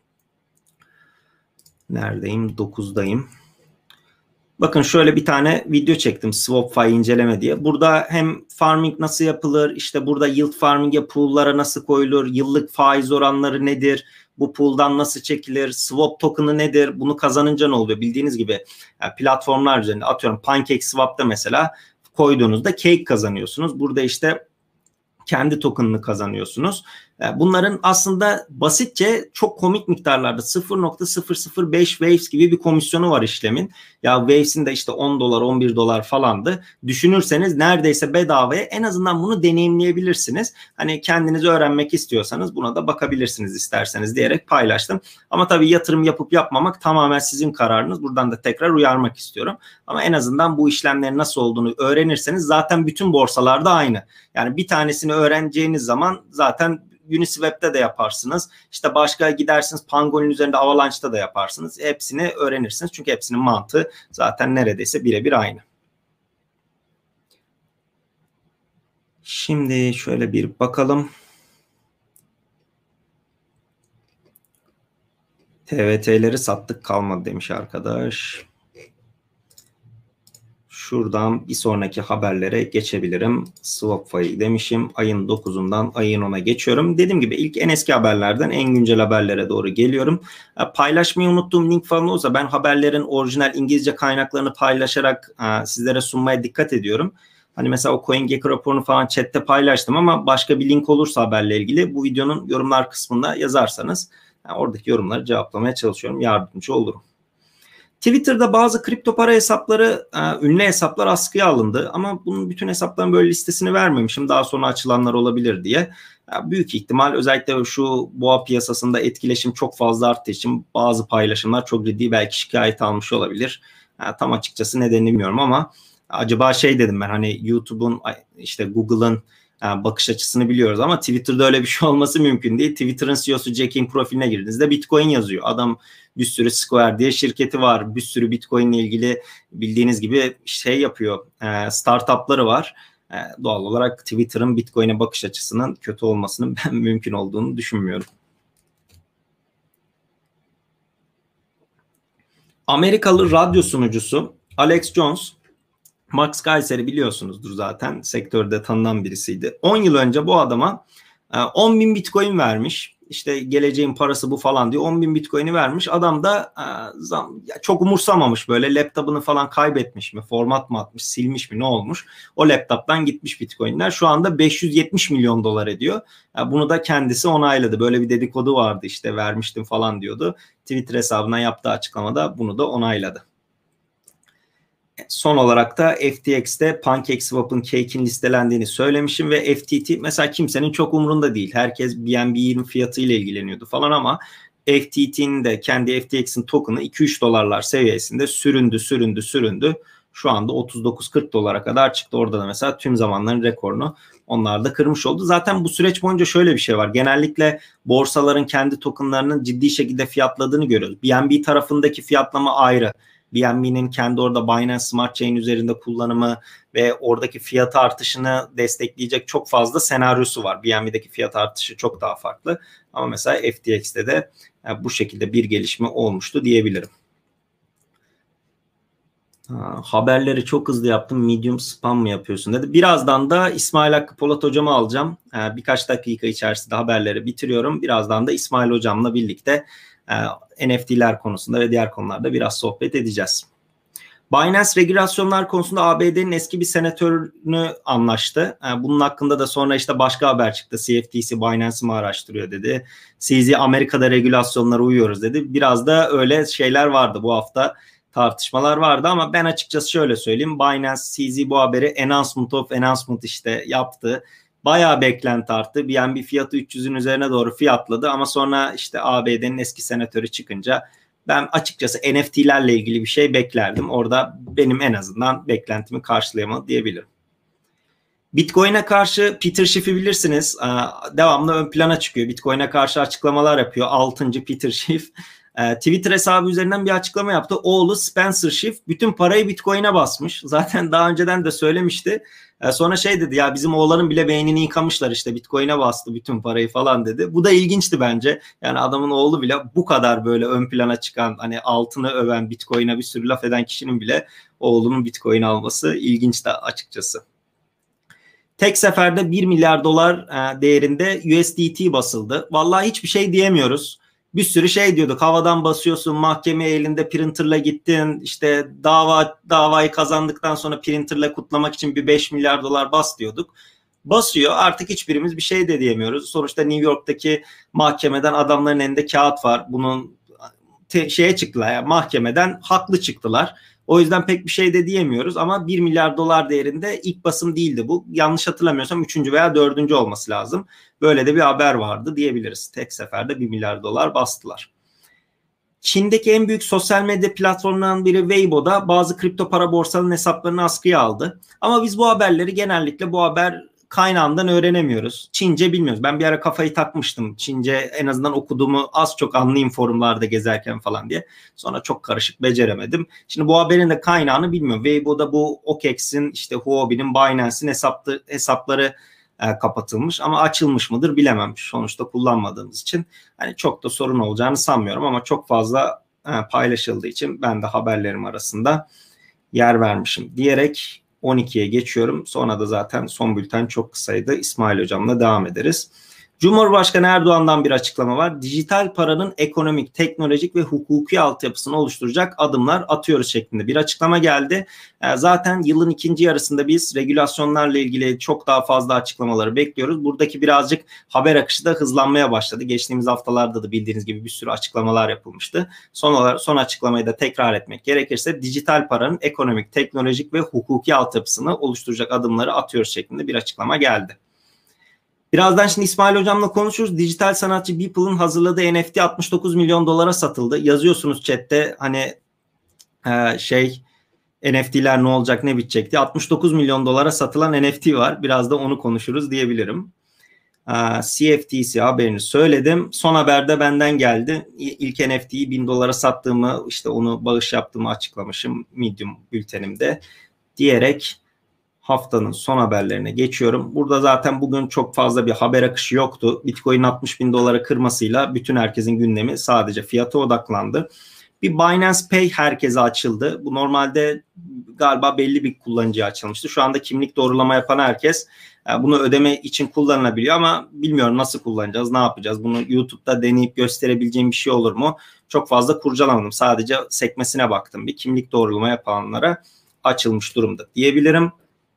Neredeyim? 9'dayım. Bakın şöyle bir tane video çektim, SwapFi inceleme diye. Burada hem farming nasıl yapılır, işte burada yield farming'e pool'lara nasıl koyulur, yıllık faiz oranları nedir, bu pool'dan nasıl çekilir, swap token'ı nedir, bunu kazanınca ne oluyor? Bildiğiniz gibi platformlar üzerinde, atıyorum PancakeSwap'ta mesela koyduğunuzda cake kazanıyorsunuz. Burada işte kendi token'ını kazanıyorsunuz. Bunların aslında basitçe çok komik miktarlarda 0.005 Waves gibi bir komisyonu var işlemin. Ya Waves'in de işte 10 dolar 11 dolar falandı. Düşünürseniz neredeyse bedavaya en azından bunu deneyimleyebilirsiniz. Hani kendiniz öğrenmek istiyorsanız buna da bakabilirsiniz isterseniz diyerek paylaştım. Ama tabii yatırım yapıp yapmamak tamamen sizin kararınız. Buradan da tekrar uyarmak istiyorum. Ama en azından bu işlemlerin nasıl olduğunu öğrenirseniz zaten bütün borsalarda aynı. Yani bir tanesini öğreneceğiniz zaman zaten Uniswap'te de yaparsınız. İşte başka gidersiniz Pangolin üzerinde, Avalanche'da da yaparsınız. Hepsini öğrenirsiniz. Çünkü hepsinin mantığı zaten neredeyse birebir aynı. Şimdi şöyle bir bakalım. TVT'leri sattık kalmadı demiş arkadaş. Şuradan bir sonraki haberlere geçebilirim. SwapFi demişim. Ayın 9'undan ayın 10'a geçiyorum. Dediğim gibi ilk en eski haberlerden en güncel haberlere doğru geliyorum. Paylaşmayı unuttuğum link falan olursa ben haberlerin orijinal İngilizce kaynaklarını paylaşarak sizlere sunmaya dikkat ediyorum. Hani mesela o CoinGecko raporunu falan chatte paylaştım ama başka bir link olursa haberle ilgili bu videonun yorumlar kısmında yazarsanız oradaki yorumları cevaplamaya çalışıyorum. Yardımcı olurum. Twitter'da bazı kripto para hesapları, ünlü hesaplar askıya alındı ama bunun bütün hesapların böyle listesini vermemişim. Daha sonra açılanlar olabilir diye. Büyük ihtimal özellikle şu boğa piyasasında etkileşim çok fazla arttığı için bazı paylaşımlar çok ciddi belki şikayet almış olabilir. Tam açıkçası nedenini bilmiyorum ama acaba şey dedim ben, hani YouTube'un işte Google'ın bakış açısını biliyoruz ama Twitter'da öyle bir şey olması mümkün değil. Twitter'ın CEO'su Jack'in profiline girdiğinizde Bitcoin yazıyor. Adam bir sürü Square diye şirketi var. Bir sürü Bitcoin ile ilgili bildiğiniz gibi şey yapıyor. Startupları var. Doğal olarak Twitter'ın Bitcoin'e bakış açısının kötü olmasının ben mümkün olduğunu düşünmüyorum. Amerikalı radyo sunucusu Alex Jones, Max Keiser'i biliyorsunuzdur zaten. Sektörde tanınan birisiydi. 10 yıl önce bu adama 10 bin Bitcoin vermiş. İşte geleceğin parası bu falan diye 10 bin Bitcoin'i vermiş. Adam da çok umursamamış, böyle laptopunu falan kaybetmiş mi, format mı atmış, silmiş mi, ne olmuş? O laptoptan gitmiş Bitcoin'ler. Şu anda 570 milyon dolar ediyor. Bunu da kendisi onayladı. Böyle bir dedikodu vardı, işte vermiştim falan diyordu. Twitter hesabına yaptığı açıklamada bunu da onayladı. Son olarak da FTX'te PancakeSwap'ın Cake'in listelendiğini söylemişim ve FTT mesela kimsenin çok umurunda değil. Herkes BNB20 fiyatıyla ilgileniyordu falan ama FTT'nin de kendi FTX'in token'ı 2-3 dolarlar seviyesinde süründü. Şu anda 39-40 dolara kadar çıktı. Orada da mesela tüm zamanların rekorunu onlar da kırmış oldu. Zaten bu süreç boyunca şöyle bir şey var. Genellikle borsaların kendi tokenlarının ciddi şekilde fiyatladığını görüyoruz. BNB tarafındaki fiyatlama ayrı. BNB'nin kendi orada Binance Smart Chain üzerinde kullanımı ve oradaki fiyat artışını destekleyecek çok fazla senaryosu var. BNB'deki fiyat artışı çok daha farklı. Ama mesela FTX'te de bu şekilde bir gelişme olmuştu diyebilirim. Haberleri çok hızlı yaptım. Medium spam mı yapıyorsun dedi. Birazdan da İsmail Hakkı Polat hocamı alacağım. Birkaç dakika içerisinde haberleri bitiriyorum. Birazdan da İsmail hocamla birlikte NFT'ler konusunda ve diğer konularda biraz sohbet edeceğiz. Binance regülasyonlar konusunda ABD'nin eski bir senatörünü anlaştı. Bunun hakkında da sonra işte başka haber çıktı. CFTC Binance'ı mı araştırıyor dedi. CZ Amerika'da regülasyonlara uyuyoruz dedi. Biraz da öyle şeyler vardı bu hafta. Tartışmalar vardı ama ben açıkçası şöyle söyleyeyim. Binance CZ bu haberi announcement of announcement işte yaptı. Bayağı beklenti arttı. BNB fiyatı 300'ün üzerine doğru fiyatladı ama sonra işte ABD'nin eski senatörü çıkınca ben açıkçası NFT'lerle ilgili bir şey beklerdim. Orada benim en azından beklentimi karşılayamadı diyebilirim. Bitcoin'e karşı Peter Schiff'i bilirsiniz. Devamlı ön plana çıkıyor. Bitcoin'e karşı açıklamalar yapıyor. 6. Peter Schiff. Twitter hesabı üzerinden bir açıklama yaptı. Oğlu Spencer Schiff bütün parayı Bitcoin'e basmış. Zaten daha önceden de söylemişti. Sonra şey dedi, ya bizim oğlanın bile beynini yıkamışlar, işte Bitcoin'e bastı bütün parayı falan dedi. Bu da ilginçti bence. Yani adamın oğlu bile bu kadar böyle ön plana çıkan, hani altını öven, Bitcoin'e bir sürü laf eden kişinin bile oğlunun Bitcoin alması ilginçti açıkçası. Tek seferde 1 milyar dolar değerinde USDT basıldı. Vallahi hiçbir şey diyemiyoruz. Bir sürü şey diyorduk. Havadan basıyorsun, mahkemeye elinde printerla gittin. İşte davayı kazandıktan sonra printerla kutlamak için bir 5 milyar dolar bas diyorduk. Basıyor. Artık hiçbirimiz bir şey de diyemiyoruz. Sonuçta New York'taki mahkemeden adamların elinde kağıt var. Bunun şeye çıktılar, yani mahkemeden haklı çıktılar. O yüzden pek bir şey de diyemiyoruz ama 1 milyar dolar değerinde ilk basım değildi bu. Yanlış hatırlamıyorsam 3. veya 4. olması lazım. Böyle de bir haber vardı diyebiliriz. Tek seferde 1 milyar dolar bastılar. Çin'deki en büyük sosyal medya platformundan biri Weibo'da bazı kripto para borsalarının hesaplarını askıya aldı. Ama biz bu haberleri genellikle bu haber kaynağından öğrenemiyoruz. Çince bilmiyoruz. Ben bir ara kafayı takmıştım. Çince en azından okuduğumu az çok anlayayım forumlarda gezerken falan diye. Sonra çok karışık, beceremedim. Şimdi bu haberin de kaynağını bilmiyorum. Weibo'da bu OKEX'in, işte Huobi'nin, Binance'in hesapları kapatılmış ama açılmış mıdır bilemem. Sonuçta kullanmadığımız için hani çok da sorun olacağını sanmıyorum ama çok fazla paylaşıldığı için ben de haberlerim arasında yer vermişim diyerek 12'ye geçiyorum. Sonra da zaten son bülten çok kısaydı. İsmail Hocam'la devam ederiz. Cumhurbaşkanı Erdoğan'dan bir açıklama var. Dijital paranın ekonomik, teknolojik ve hukuki altyapısını oluşturacak adımlar atıyoruz şeklinde bir açıklama geldi. Zaten yılın ikinci yarısında biz regülasyonlarla ilgili çok daha fazla açıklamaları bekliyoruz. Buradaki birazcık haber akışı da hızlanmaya başladı. Geçtiğimiz haftalarda da bildiğiniz gibi bir sürü açıklamalar yapılmıştı. Son açıklamayı da tekrar etmek gerekirse dijital paranın ekonomik, teknolojik ve hukuki altyapısını oluşturacak adımları atıyoruz şeklinde bir açıklama geldi. Birazdan şimdi İsmail Hocam'la konuşuruz. Dijital sanatçı Beeple'ın hazırladığı NFT 69 milyon dolara satıldı. Yazıyorsunuz chatte hani NFT'ler ne olacak ne bitecek diye. 69 milyon dolara satılan NFT var. Biraz da onu konuşuruz diyebilirim. CFTC haberini söyledim. Son haberde benden geldi. İlk NFT'yi 1000 dolara sattığımı, işte onu bağış yaptığımı açıklamışım Medium bültenimde diyerek haftanın son haberlerine geçiyorum. Burada zaten bugün çok fazla bir haber akışı yoktu. Bitcoin 60 bin dolara kırmasıyla bütün herkesin gündemi sadece fiyata odaklandı. Bir Binance Pay herkese açıldı. Bu normalde galiba belli bir kullanıcıya açılmıştı. Şu anda kimlik doğrulama yapan herkes bunu ödeme için kullanılabiliyor ama bilmiyorum nasıl kullanacağız, ne yapacağız? Bunu YouTube'da deneyip gösterebileceğim bir şey olur mu? Çok fazla kurcalamadım. Sadece sekmesine baktım. Bir kimlik doğrulama yapanlara açılmış durumda diyebilirim.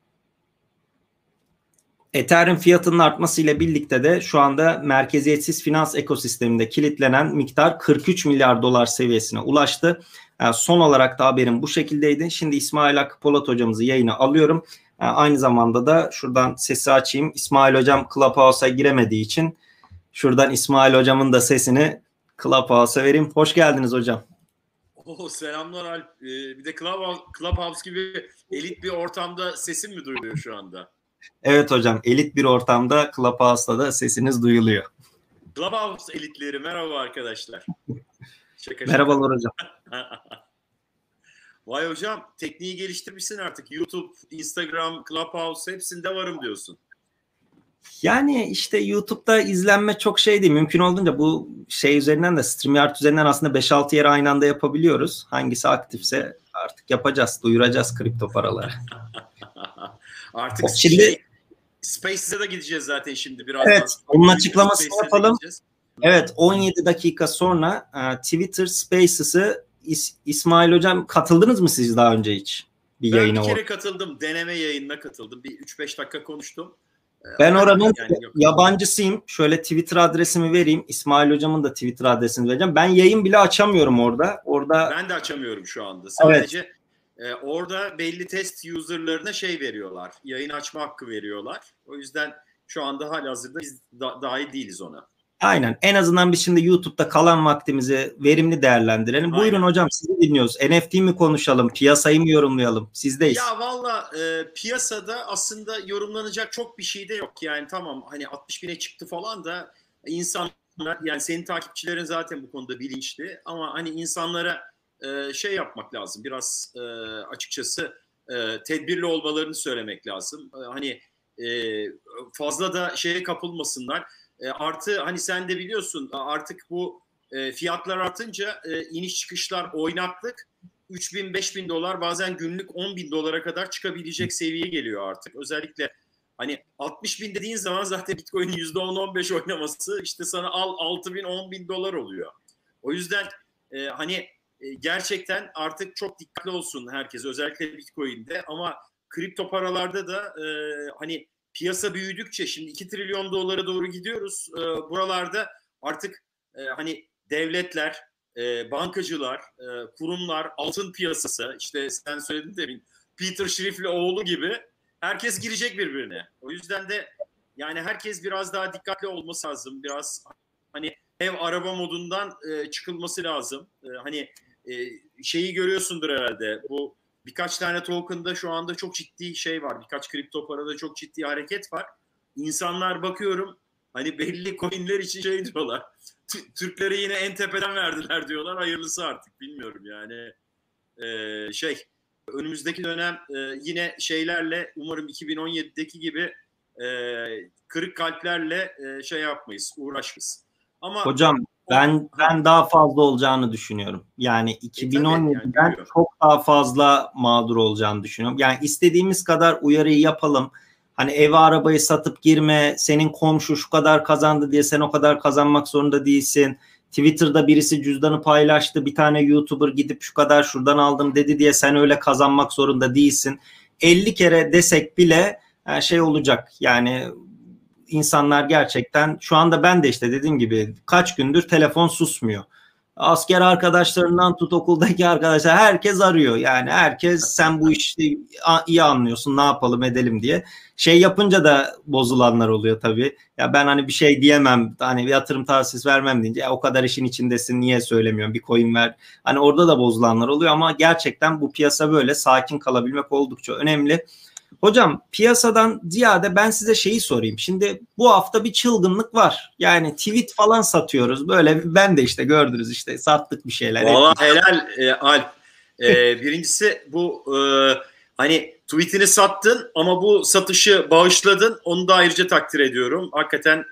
Ethereum fiyatının artmasıyla birlikte de şu anda merkeziyetsiz finans ekosisteminde kilitlenen miktar 43 milyar dolar seviyesine ulaştı. Son olarak da haberim bu şekildeydi. Şimdi İsmail Hakkı Polat hocamızı yayına alıyorum. Aynı zamanda da şuradan sesi açayım. İsmail hocam Clubhouse'a giremediği için şuradan İsmail hocamın da sesini Clubhouse'a vereyim. Hoş geldiniz hocam. Selamlar Alp. Bir de Clubhouse gibi elit bir ortamda sesim mi duyuluyor şu anda? Evet hocam, elit bir ortamda Clubhouse'da da sesiniz duyuluyor. Clubhouse elitleri merhaba arkadaşlar. Şaka. Merhabalar hocam. Vay hocam, tekniği geliştirmişsin artık. YouTube, Instagram, Clubhouse hepsinde varım diyorsun. Yani işte YouTube'da izlenme çok şey değil. Mümkün olduğunca bu şey üzerinden de StreamYard üzerinden aslında 5-6 yere aynı anda yapabiliyoruz. Hangisi aktifse artık yapacağız, duyuracağız kripto paraları. Artık şimdi Spaces'e de gideceğiz zaten şimdi birazdan. Evet, onun açıklamasını yapalım. Evet, 17 dakika sonra Twitter Spaces'ı İsmail hocam, katıldınız mı siz daha önce hiç? Ben bir kere katıldım. Deneme yayınına katıldım. Bir 3-5 dakika konuştum. Ben oranın yabancısıyım. Şöyle Twitter adresimi vereyim. İsmail hocamın da Twitter adresini vereceğim. Ben yayın bile açamıyorum orada. Ben de açamıyorum şu anda. Sadece orada belli test user'larına şey veriyorlar. Yayın açma hakkı veriyorlar. O yüzden şu anda halihazırda biz dahil değiliz ona. Aynen. En azından biz şimdi YouTube'da kalan vaktimizi verimli değerlendirelim. Aynen. Buyurun hocam, sizi dinliyoruz. NFT mi konuşalım? Piyasayı mı yorumlayalım? Sizdeyiz. Ya valla piyasada aslında yorumlanacak çok bir şey de yok. Yani tamam, hani 60 bine çıktı falan da insanlar, yani senin takipçilerin zaten bu konuda bilinçli, ama hani insanlara şey yapmak lazım. Biraz açıkçası tedbirli olmalarını söylemek lazım. Hani fazla da şeye kapılmasınlar. Artı hani sen de biliyorsun, artık bu fiyatlar artınca iniş çıkışlar, oynaklık 3.000-5.000 dolar, bazen günlük 10.000 dolara kadar çıkabilecek seviyeye geliyor artık. Özellikle hani 60.000 dediğin zaman zaten Bitcoin'in %10-15 oynaması işte sana al 6.000-10.000 dolar oluyor. O yüzden hani gerçekten artık çok dikkatli olsun herkes, özellikle Bitcoin'de, ama kripto paralarda da hani piyasa büyüdükçe, şimdi 2 trilyon dolara doğru gidiyoruz. Buralarda artık hani devletler, bankacılar, kurumlar, altın piyasası, işte sen söyledin demin, Peter Schiff'le oğlu gibi herkes girecek birbirine. O yüzden de yani herkes biraz daha dikkatli olması lazım. Biraz hani ev araba modundan çıkılması lazım. Hani şeyi görüyorsundur herhalde, bu birkaç tane token'da şu anda çok ciddi şey var. Birkaç kripto parada çok ciddi hareket var. İnsanlar bakıyorum hani belli coinler için şey diyorlar. Türklere yine en tepeden verdiler diyorlar. Hayırlısı artık, bilmiyorum yani. Şey, önümüzdeki dönem yine şeylerle, umarım 2017'deki gibi kırık kalplerle şey yapmayız, uğraşmayız. Ama Hocam ben daha fazla olacağını düşünüyorum. Yani tabii, yani 2017'den büyüyor. çok daha fazla mağdur olacağını düşünüyorum. Yani istediğimiz kadar uyarıyı yapalım. Hani evi arabayı satıp girme, senin komşu şu kadar kazandı diye sen o kadar kazanmak zorunda değilsin. Twitter'da birisi cüzdanı paylaştı, bir tane YouTuber gidip şu kadar şuradan aldım dedi diye sen öyle kazanmak zorunda değilsin. 50 kere desek bile şey olacak. Yani insanlar gerçekten, şu anda ben de işte dediğim gibi kaç gündür telefon susmuyor. Asker arkadaşlarından tut okuldaki arkadaşlar, herkes arıyor. Yani herkes sen bu işi iyi anlıyorsun, ne yapalım edelim diye. Şey yapınca da bozulanlar oluyor tabii. Ya ben hani bir şey diyemem, hani bir yatırım tavsiyesi vermem deyince o kadar işin içindesin niye söylemiyorsun, bir coin ver. Hani orada da bozulanlar oluyor ama gerçekten bu piyasa böyle, sakin kalabilmek oldukça önemli. Hocam piyasadan ziyade ben size şeyi sorayım. Şimdi bu hafta bir çılgınlık var. Yani tweet falan satıyoruz. Böyle ben de işte gördünüz, işte sattık bir şeyler. Valla Ettik. helal Alp. Birincisi bu hani tweetini sattın ama bu satışı bağışladın. Onu da ayrıca takdir ediyorum. Hakikaten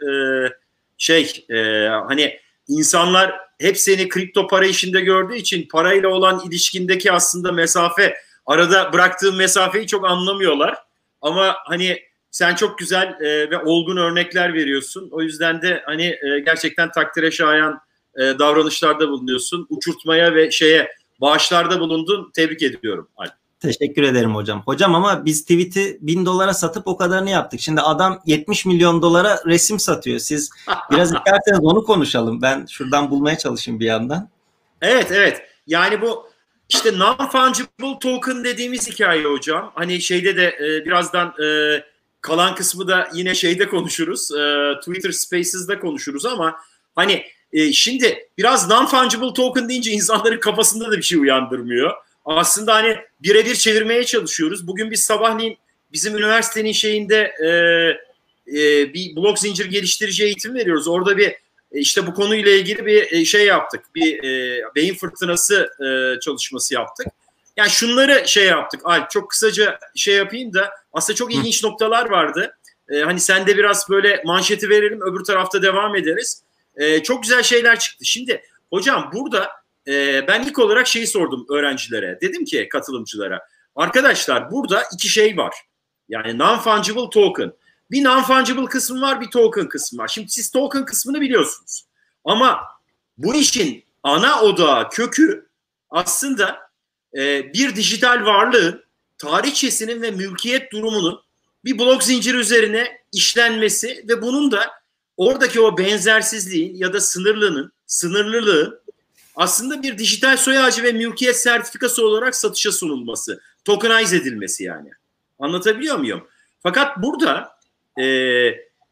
hani insanlar hep seni kripto para işinde gördüğü için parayla olan ilişkindeki aslında mesafe, arada bıraktığın mesafeyi çok anlamıyorlar. Ama hani sen çok güzel ve olgun örnekler veriyorsun. O yüzden de hani gerçekten takdire şayan davranışlarda bulunuyorsun. Uçurtmaya ve bağışlarda bulundun. Tebrik ediyorum Alp. Teşekkür ederim hocam. Hocam ama biz tweet'i 1000 dolara satıp o kadarını yaptık. Şimdi adam 70 milyon dolara resim satıyor. Siz biraz isterseniz onu konuşalım. Ben şuradan bulmaya çalışayım bir yandan. Evet. Yani bu işte non-fungible token dediğimiz hikaye hocam. Hani şeyde de birazdan kalan kısmı da yine şeyde konuşuruz. Twitter Spaces'da konuşuruz ama hani şimdi biraz non-fungible token deyince insanların kafasında da bir şey uyandırmıyor. Aslında hani birebir çevirmeye çalışıyoruz. Bugün biz sabahleyin bizim üniversitenin şeyinde bir blok zincir geliştirici eğitim veriyoruz. Orada bir işte bu konuyla ilgili bir şey yaptık. Bir beyin fırtınası çalışması yaptık. Yani şunları şey yaptık. Alp, çok kısaca şey yapayım da aslında çok ilginç noktalar vardı. Hani sen de biraz böyle manşeti verelim, öbür tarafta devam ederiz. Çok güzel şeyler çıktı. Şimdi hocam burada ben ilk olarak şeyi sordum öğrencilere. Dedim ki katılımcılara, arkadaşlar burada iki şey var. Yani non-fungible token. Bir non-fungible kısmı var, bir token kısmı var. Şimdi siz token kısmını biliyorsunuz. Ama bu işin ana odağı, kökü aslında bir dijital varlığın tarihçesinin ve mülkiyet durumunun bir blok zinciri üzerine işlenmesi ve bunun da oradaki o benzersizliğin ya da sınırlılığın aslında bir dijital soy ağacı ve mülkiyet sertifikası olarak satışa sunulması, tokenize edilmesi yani. Anlatabiliyor muyum? Fakat burada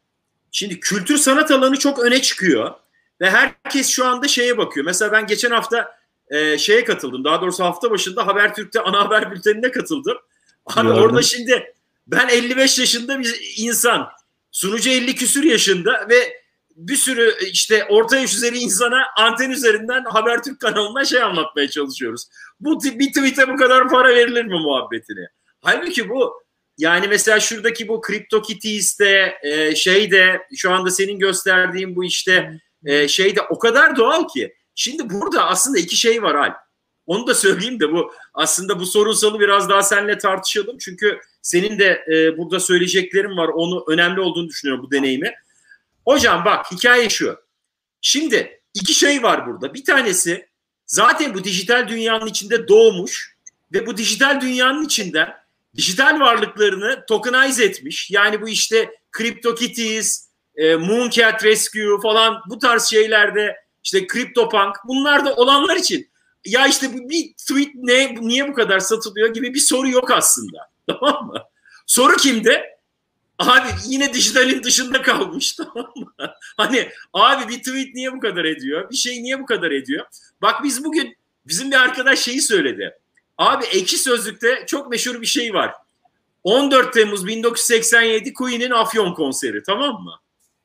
Şimdi kültür sanat alanı çok öne çıkıyor ve herkes şu anda şeye bakıyor. Mesela ben geçen hafta şeye katıldım. Daha doğrusu hafta başında Habertürk'te ana haber bültenine katıldım. Abi Gördüm. orada şimdi ben 55 yaşında bir insan, sunucu 50 küsür yaşında ve bir sürü işte orta yaş üzeri insana anten üzerinden Habertürk kanalında şey anlatmaya çalışıyoruz. Bu bir tweet'e bu kadar para verilir mi muhabbetini? Halbuki bu yani mesela şuradaki bu CryptoKitties'te şeyde şu anda senin gösterdiğin bu işte şeyde o kadar doğal ki. Şimdi burada aslında iki şey var Alp. Onu da söyleyeyim de bu aslında bu sorunsalı biraz daha seninle tartışalım. Çünkü senin de burada söyleyeceklerin var. Onu önemli olduğunu düşünüyorum bu deneyimi. Hocam bak hikaye şu. Şimdi iki şey var burada. Bir tanesi zaten bu dijital dünyanın içinde doğmuş ve bu dijital dünyanın içinden dijital varlıklarını tokenize etmiş. Yani bu işte CryptoKitties, Mooncat Rescue falan bu tarz şeylerde işte CryptoPunk bunlar da olanlar için ya işte bir tweet niye bu kadar satılıyor gibi bir soru yok aslında. Tamam mı? Soru kimde? Abi yine dijitalin dışında kalmış, tamam mı? Hani abi bir tweet niye bu kadar ediyor? Bir şey niye bu kadar ediyor? Bak biz bugün bizim bir arkadaş şeyi söyledi. Abi Ekşi Sözlük'te çok meşhur bir şey var. 14 Temmuz 1987 Queen'in Afyon konseri, tamam mı?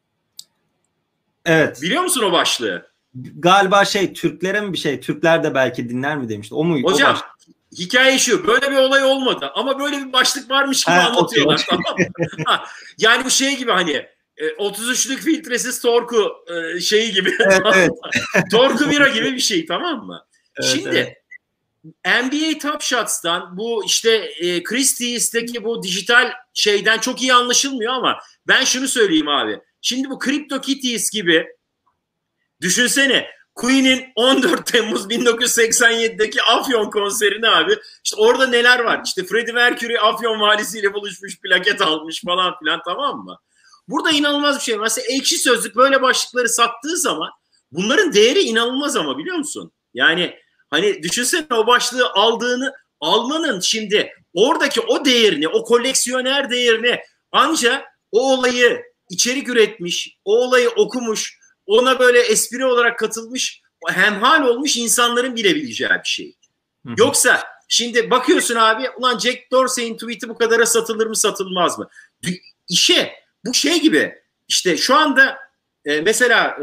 Evet. Biliyor musun o başlığı? Galiba Türklere mi bir şey? Türkler de belki dinler mi demişti. O muydu? Hocam hikaye şu. Böyle bir olay olmadı ama böyle bir başlık varmış gibi anlatıyorlar. Okay. Tamam mı? Yani bu şey gibi hani 33'lük filtresiz Torku şeyi gibi. Evet, evet. Torku bira gibi bir şey, tamam mı? Evet, şimdi evet. NBA Top Shots'tan bu işte Christie's'teki bu dijital şeyden çok iyi anlaşılmıyor ama ben şunu söyleyeyim abi. Şimdi bu CryptoKitties gibi düşünsene Queen'in 14 Temmuz 1987'deki Afyon konserini abi. İşte orada neler var? İşte Freddie Mercury Afyon valisiyle buluşmuş, plaket almış falan filan, tamam mı? Burada inanılmaz bir şey. Mesela Ekşi Sözlük böyle başlıkları sattığı zaman bunların değeri inanılmaz ama biliyor musun? Yani hani düşünsene o başlığı almanın şimdi oradaki o değerini, o koleksiyoner değerini ancak o olayı içerik üretmiş, o olayı okumuş, ona böyle espri olarak katılmış, hemhal olmuş insanların bilebileceği bir şey. Hı-hı. Yoksa şimdi bakıyorsun abi, ulan Jack Dorsey'in tweet'i bu kadara satılır mı satılmaz mı? Bu şey gibi işte şu anda mesela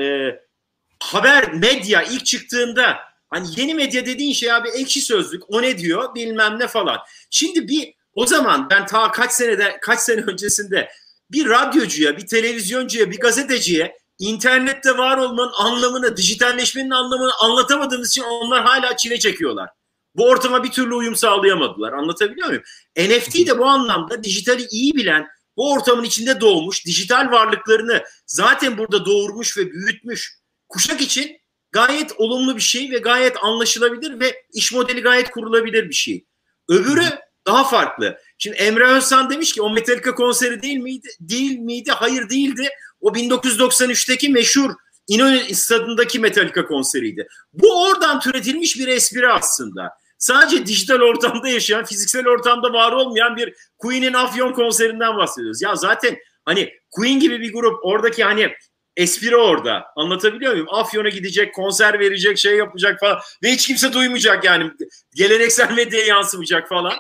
haber medya ilk çıktığında hani yeni medya dediğin şey abi Ekşi Sözlük, o ne diyor bilmem ne falan. Şimdi o zaman ben ta kaç sene öncesinde bir radyocuya, bir televizyoncuya, bir gazeteciye internette var olmanın anlamını, dijitalleşmenin anlamını anlatamadığımız için onlar hala çile çekiyorlar. Bu ortama bir türlü uyum sağlayamadılar. Anlatabiliyor muyum? NFT de bu anlamda dijitali iyi bilen, bu ortamın içinde doğmuş, dijital varlıklarını zaten burada doğurmuş ve büyütmüş kuşak için gayet olumlu bir şey ve gayet anlaşılabilir ve iş modeli gayet kurulabilir bir şey. Öbürü daha farklı. Şimdi Emre Özsan demiş ki o Metallica konseri değil miydi? Değil miydi? Hayır, değildi. O 1993'teki meşhur İnönü Stadı'ndaki Metallica konseriydi. Bu oradan türetilmiş bir espri aslında. Sadece dijital ortamda yaşayan, fiziksel ortamda var olmayan bir Queen'in Afyon konserinden bahsediyoruz. Ya zaten hani Queen gibi bir grup, oradaki hani espri orada. Anlatabiliyor muyum? Afyon'a gidecek, konser verecek, şey yapacak falan ve hiç kimse duymayacak yani. Geleneksel medyaya yansımayacak falan.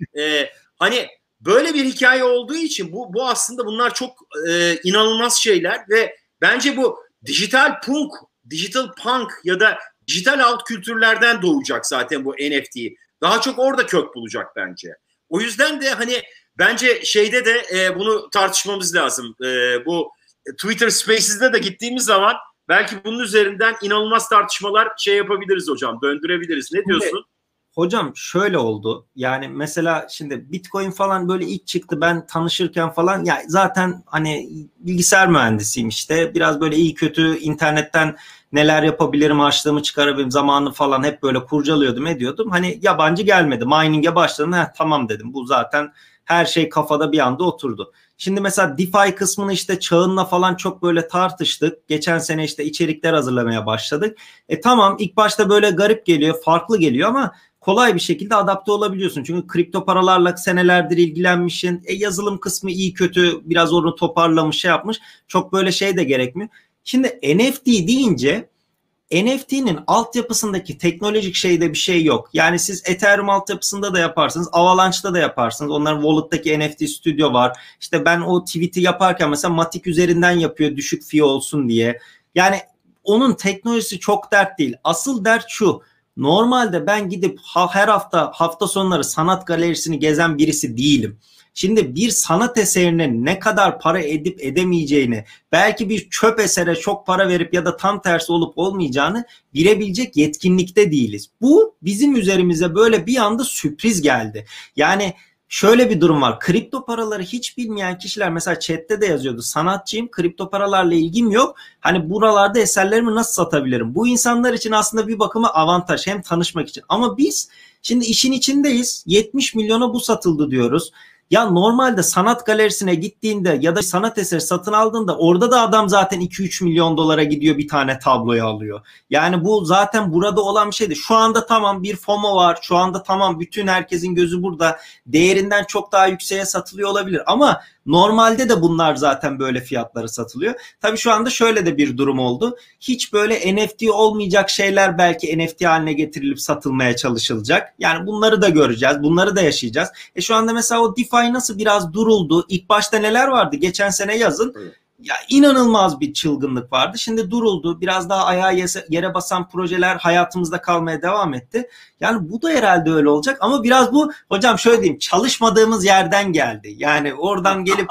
Hani böyle bir hikaye olduğu için bu aslında bunlar çok inanılmaz şeyler ve bence bu dijital punk ya da dijital alt kültürlerden doğacak zaten bu NFT. Daha çok orada kök bulacak bence. O yüzden de hani bence şeyde de bunu tartışmamız lazım. Bu Twitter Spaces'de de gittiğimiz zaman belki bunun üzerinden inanılmaz tartışmalar yapabiliriz hocam, döndürebiliriz. Ne diyorsun? Hocam şöyle oldu. Yani mesela şimdi Bitcoin falan böyle ilk çıktı, ben tanışırken falan ya zaten hani bilgisayar mühendisiyim işte. Biraz böyle iyi kötü internetten neler yapabilirim, harçlığımı çıkarabilirim zamanı falan hep böyle kurcalıyordum, ediyordum. Hani yabancı gelmedi. Mining'e başladım. Tamam dedim. Bu zaten her şey kafada bir anda oturdu. Şimdi mesela DeFi kısmını işte Çağın'la falan çok böyle tartıştık. Geçen sene işte içerikler hazırlamaya başladık. Tamam ilk başta böyle garip geliyor, farklı geliyor ama kolay bir şekilde adapte olabiliyorsun. Çünkü kripto paralarla senelerdir ilgilenmişsin. Yazılım kısmı iyi kötü biraz onu toparlamış, şey yapmış. Çok böyle şey de gerekmiyor. Şimdi NFT deyince NFT'nin altyapısındaki teknolojik şeyde bir şey yok. Yani siz Ethereum altyapısında da yaparsınız, Avalanche'da da yaparsınız. Onların wallet'taki NFT stüdyo var. İşte ben o tweet'i yaparken mesela Matic üzerinden yapıyor düşük fee olsun diye. Yani onun teknolojisi çok dert değil. Asıl dert şu. Normalde ben gidip her hafta sonları sanat galerisini gezen birisi değilim. Şimdi bir sanat eserine ne kadar para edip edemeyeceğini, belki bir çöp esere çok para verip ya da tam tersi olup olmayacağını bilebilecek yetkinlikte değiliz. Bu bizim üzerimize böyle bir anda sürpriz geldi. Yani şöyle bir durum var. Kripto paraları hiç bilmeyen kişiler mesela chatte de yazıyordu. Sanatçıyım, kripto paralarla ilgim yok. Hani buralarda eserlerimi nasıl satabilirim? Bu insanlar için aslında bir bakıma avantaj, hem tanışmak için. Ama biz şimdi işin içindeyiz. 70 milyona bu satıldı diyoruz. Ya normalde sanat galerisine gittiğinde ya da sanat eseri satın aldığında orada da adam zaten 2-3 milyon dolara gidiyor, bir tane tabloyu alıyor. Yani bu zaten burada olan bir şeydi. Şu anda tamam bir FOMO var. Şu anda tamam bütün herkesin gözü burada. Değerinden çok daha yükseğe satılıyor olabilir. Ama normalde de bunlar zaten böyle fiyatları satılıyor. Tabii şu anda şöyle de bir durum oldu. Hiç böyle NFT olmayacak şeyler belki NFT haline getirilip satılmaya çalışılacak. Yani bunları da göreceğiz. Bunları da yaşayacağız. Şu anda mesela o DeFi nasıl biraz duruldu. İlk başta neler vardı? Geçen sene yazın. Ya inanılmaz bir çılgınlık vardı. Şimdi duruldu. Biraz daha ayağa yere basan projeler hayatımızda kalmaya devam etti. Yani bu da herhalde öyle olacak. Ama biraz bu hocam şöyle diyeyim, çalışmadığımız yerden geldi. Yani oradan gelip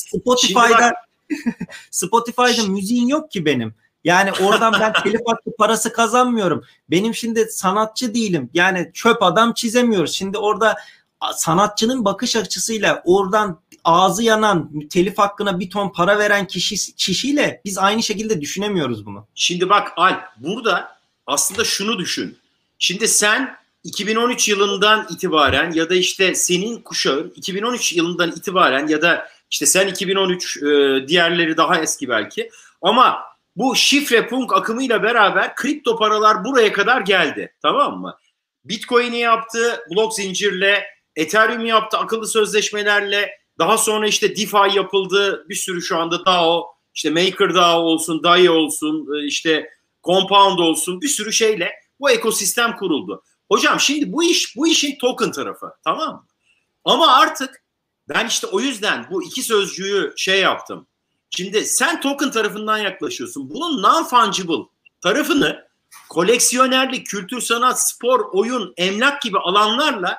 Spotify'da müziğin yok ki benim. Yani oradan ben telif hakkı parası kazanmıyorum. Benim şimdi sanatçı değilim. Yani çöp adam çizemiyoruz. Şimdi orada sanatçının bakış açısıyla oradan ağzı yanan, telif hakkına bir ton para veren kişiyle biz aynı şekilde düşünemiyoruz bunu. Şimdi bak Alp, burada aslında şunu düşün. Şimdi sen 2013 yılından itibaren ya da işte senin kuşağın 2013 yılından itibaren ya da işte sen 2013, diğerleri daha eski belki, ama bu şifre punk akımıyla beraber kripto paralar buraya kadar geldi, tamam mı? Bitcoin'i yaptı blok zincirle, Ethereum yaptı akıllı sözleşmelerle, daha sonra işte DeFi yapıldı, bir sürü şu anda DAO, işte MakerDAO olsun, DAI olsun, işte Compound olsun, bir sürü şeyle bu ekosistem kuruldu. Hocam şimdi bu işin token tarafı, tamam mı? Ama artık ben işte o yüzden bu iki sözcüğü şey yaptım. Şimdi sen token tarafından yaklaşıyorsun. Bunun non-fungible tarafını koleksiyonerlik, kültür, sanat, spor, oyun, emlak gibi alanlarla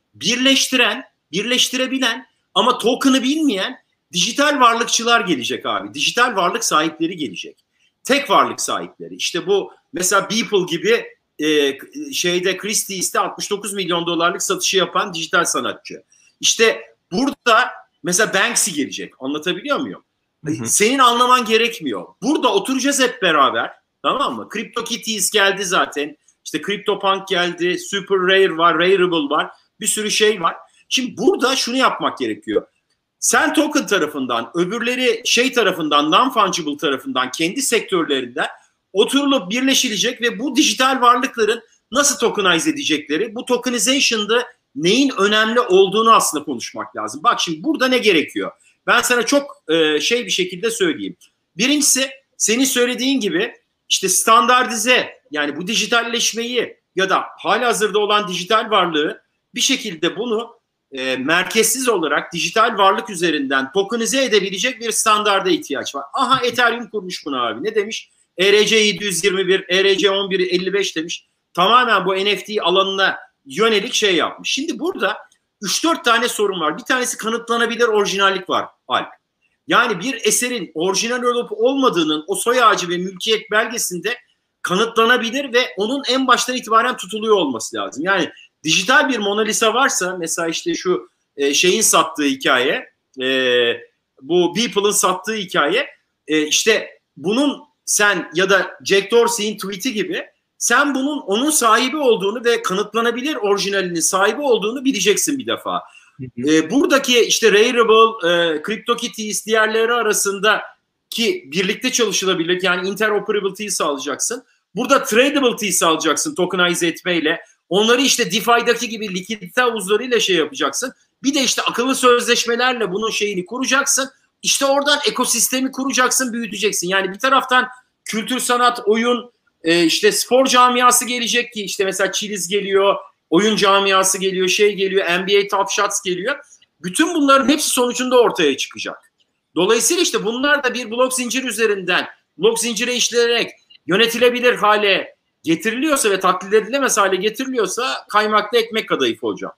birleştirebilen ama token'ı bilmeyen dijital varlıkçılar gelecek abi. Dijital varlık sahipleri gelecek. Tek varlık sahipleri. İşte bu mesela Beeple gibi Christie's'te 69 milyon dolarlık satışı yapan dijital sanatçı. İşte burada mesela Banksy gelecek. Anlatabiliyor muyum? Senin anlaman gerekmiyor. Burada oturacağız hep beraber. Tamam mı? CryptoKitties geldi zaten. İşte CryptoPunk geldi. Super Rare var. Rareable var. Bir sürü şey var. Şimdi burada şunu yapmak gerekiyor. Sen token tarafından, öbürleri tarafından, non-fungible tarafından, kendi sektörlerinden oturulup birleşilecek ve bu dijital varlıkların nasıl tokenize edecekleri, bu tokenization'da neyin önemli olduğunu aslında konuşmak lazım. Bak şimdi burada ne gerekiyor? Ben sana çok bir şekilde söyleyeyim. Birincisi senin söylediğin gibi işte standartize, yani bu dijitalleşmeyi ya da halihazırda olan dijital varlığı bir şekilde bunu merkezsiz olarak dijital varlık üzerinden tokenize edebilecek bir standarda ihtiyaç var. Aha Ethereum kurmuş bunu abi. Ne demiş? ERC-721, ERC-1155 demiş. Tamamen bu NFT alanına yönelik yapmış. Şimdi burada 3-4 tane sorun var. Bir tanesi kanıtlanabilir orijinallik var Alp. Yani bir eserin orijinal olup olmadığının o soy ağacı ve mülkiyet belgesinde kanıtlanabilir ve onun en baştan itibaren tutuluyor olması lazım. Yani dijital bir Mona Lisa varsa, mesela işte şu sattığı hikaye, bu Beeple'ın sattığı hikaye, işte bunun sen ya da Jack Dorsey'in tweet'i gibi sen bunun onun sahibi olduğunu ve kanıtlanabilir orijinalinin sahibi olduğunu bileceksin bir defa. Buradaki işte Rareable, CryptoKitties diğerleri arasında ki birlikte çalışılabilir, yani interoperability'yi sağlayacaksın. Burada tradability'yi sağlayacaksın tokenize etmeyle. Onları işte DeFi'daki gibi likidite havuzlarıyla şey yapacaksın. Bir de işte akıllı sözleşmelerle bunun şeyini kuracaksın. İşte oradan ekosistemi kuracaksın, büyüteceksin. Yani bir taraftan kültür, sanat, oyun, işte spor camiası gelecek ki işte mesela Chiliz geliyor, oyun camiası geliyor, şey geliyor, NBA Top Shots geliyor. Bütün bunların hepsi sonucunda ortaya çıkacak. Dolayısıyla işte bunlar da bir blok zincir üzerinden, blok zincire işlenerek yönetilebilir hale getiriliyorsa ve taklit edilemez hale getiriliyorsa kaymaklı ekmek kadayıfı hocam.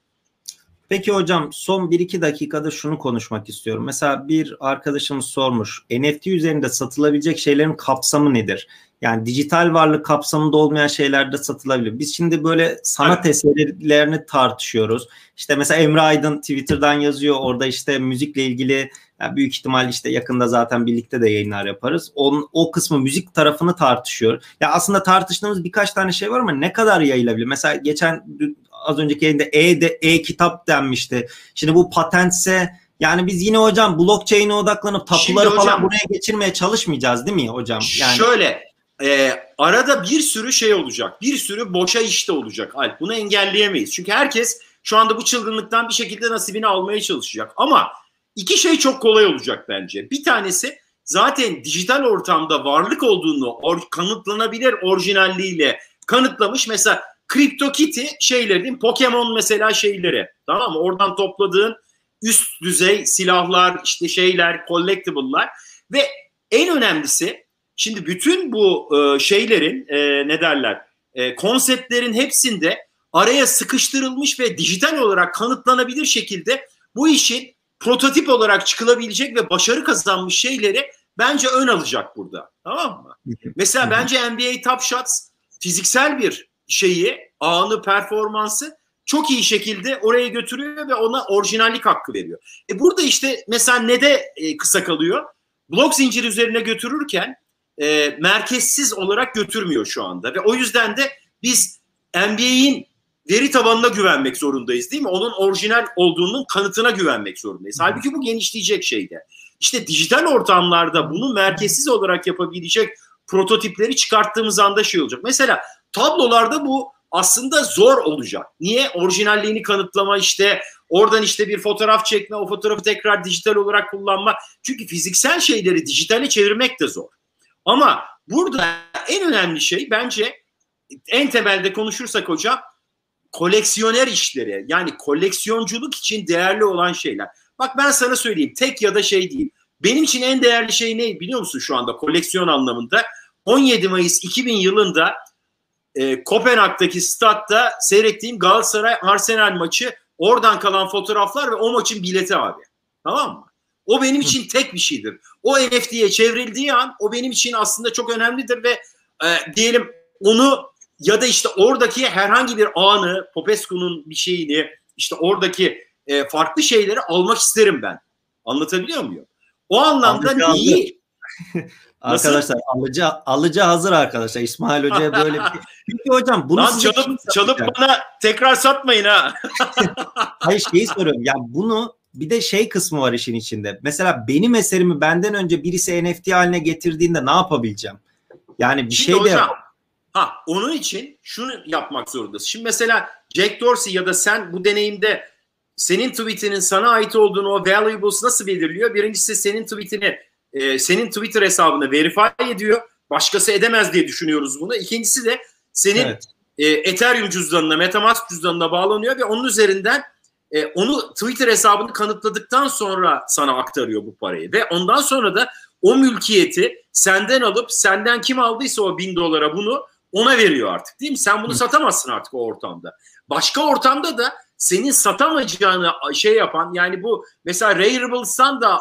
Peki hocam, son 1-2 dakikada şunu konuşmak istiyorum. Mesela bir arkadaşımız sormuş, NFT üzerinde satılabilecek şeylerin kapsamı nedir? Yani dijital varlık kapsamında olmayan şeyler de satılabilir. Biz şimdi böyle sanat eserlerini tartışıyoruz. İşte mesela Emre Aydın Twitter'dan yazıyor. Orada işte müzikle ilgili, yani büyük ihtimal işte yakında zaten birlikte de yayınlar yaparız. O kısmı, müzik tarafını tartışıyor. Ya aslında tartıştığımız birkaç tane şey var ama ne kadar yayılabilir? Mesela geçen az önceki yayında e-kitap denmişti. Şimdi bu patentse, yani biz yine hocam blockchain'e odaklanıp tapuları falan buraya geçirmeye çalışmayacağız değil mi hocam? Yani şöyle arada bir sürü şey olacak. Bir sürü boşa işte olacak. Alp, bunu engelleyemeyiz. Çünkü herkes şu anda bu çılgınlıktan bir şekilde nasibini almaya çalışacak. Ama iki şey çok kolay olacak bence. Bir tanesi, zaten dijital ortamda varlık olduğunu kanıtlanabilir orijinalliğiyle kanıtlamış. Mesela CryptoKitty şeyleri değil mi? Pokemon mesela şeyleri. Tamam mı? Oradan topladığın üst düzey silahlar, işte şeyler, collectible'lar ve en önemlisi, şimdi bütün bu şeylerin ne derler, konseptlerin hepsinde araya sıkıştırılmış ve dijital olarak kanıtlanabilir şekilde bu işin prototip olarak çıkılabilecek ve başarı kazanmış şeyleri bence ön alacak burada. Tamam mı? Mesela bence NBA Top Shots fiziksel bir şeyi, ağını, performansı çok iyi şekilde oraya götürüyor ve ona orijinallik hakkı veriyor. Burada işte mesela ne de kısa kalıyor? Blok zinciri üzerine götürürken merkezsiz olarak götürmüyor şu anda. Ve o yüzden de biz NBA'in veri tabanına güvenmek zorundayız değil mi? Onun orijinal olduğunun kanıtına güvenmek zorundayız. Halbuki bu genişleyecek şeyde. İşte dijital ortamlarda bunu merkezsiz olarak yapabilecek prototipleri çıkarttığımız anda şey olacak. Mesela tablolarda bu aslında zor olacak. Niye? Orijinalliğini kanıtlama, işte oradan işte bir fotoğraf çekme, o fotoğrafı tekrar dijital olarak kullanma. Çünkü fiziksel şeyleri dijitale çevirmek de zor. Ama burada en önemli şey bence, en temelde konuşursak hocam, koleksiyoner işleri, yani koleksiyonculuk için değerli olan şeyler. Bak ben sana söyleyeyim, tek ya da şey değil. Benim için en değerli şey ne biliyor musun şu anda koleksiyon anlamında? 17 Mayıs 2000 yılında Kopenhag'daki statta seyrettiğim Galatasaray Arsenal maçı, oradan kalan fotoğraflar ve o maçın bileti abi. Tamam mı? O benim için tek bir şeydir. O NFT'ye çevrildiği an o benim için aslında çok önemlidir ve diyelim onu ya da işte oradaki herhangi bir anı, Popescu'nun bir şeyini, işte oradaki farklı şeyleri almak isterim ben. Anlatabiliyor muyum? O anlamda neyi? Arkadaşlar alıcı hazır arkadaşlar. İsmail Hoca'ya böyle bir... Peki hocam bunu lan çalıp bana tekrar satmayın ha. Hayır, şeyi soruyorum. Yani bunu bir de şey kısmı var işin içinde. Mesela benim eserimi benden önce birisi NFT haline getirdiğinde ne yapabileceğim? Yani bir şimdi şey de hocam, onun için şunu yapmak zorundasın. Şimdi mesela Jack Dorsey ya da sen bu deneyimde senin tweetinin sana ait olduğunu, o valuables nasıl belirliyor? Birincisi senin tweetini, senin Twitter hesabını verify ediyor. Başkası edemez diye düşünüyoruz bunu. İkincisi de senin Ethereum cüzdanına, MetaMask cüzdanına bağlanıyor ve onun üzerinden onu Twitter hesabını kanıtladıktan sonra sana aktarıyor bu parayı. Ve ondan sonra da o mülkiyeti senden alıp, senden kim aldıysa o $1000 bunu ona veriyor artık değil mi? Sen bunu satamazsın artık o ortamda. Başka ortamda da senin satamayacağını şey yapan, yani bu mesela Raribles'tan da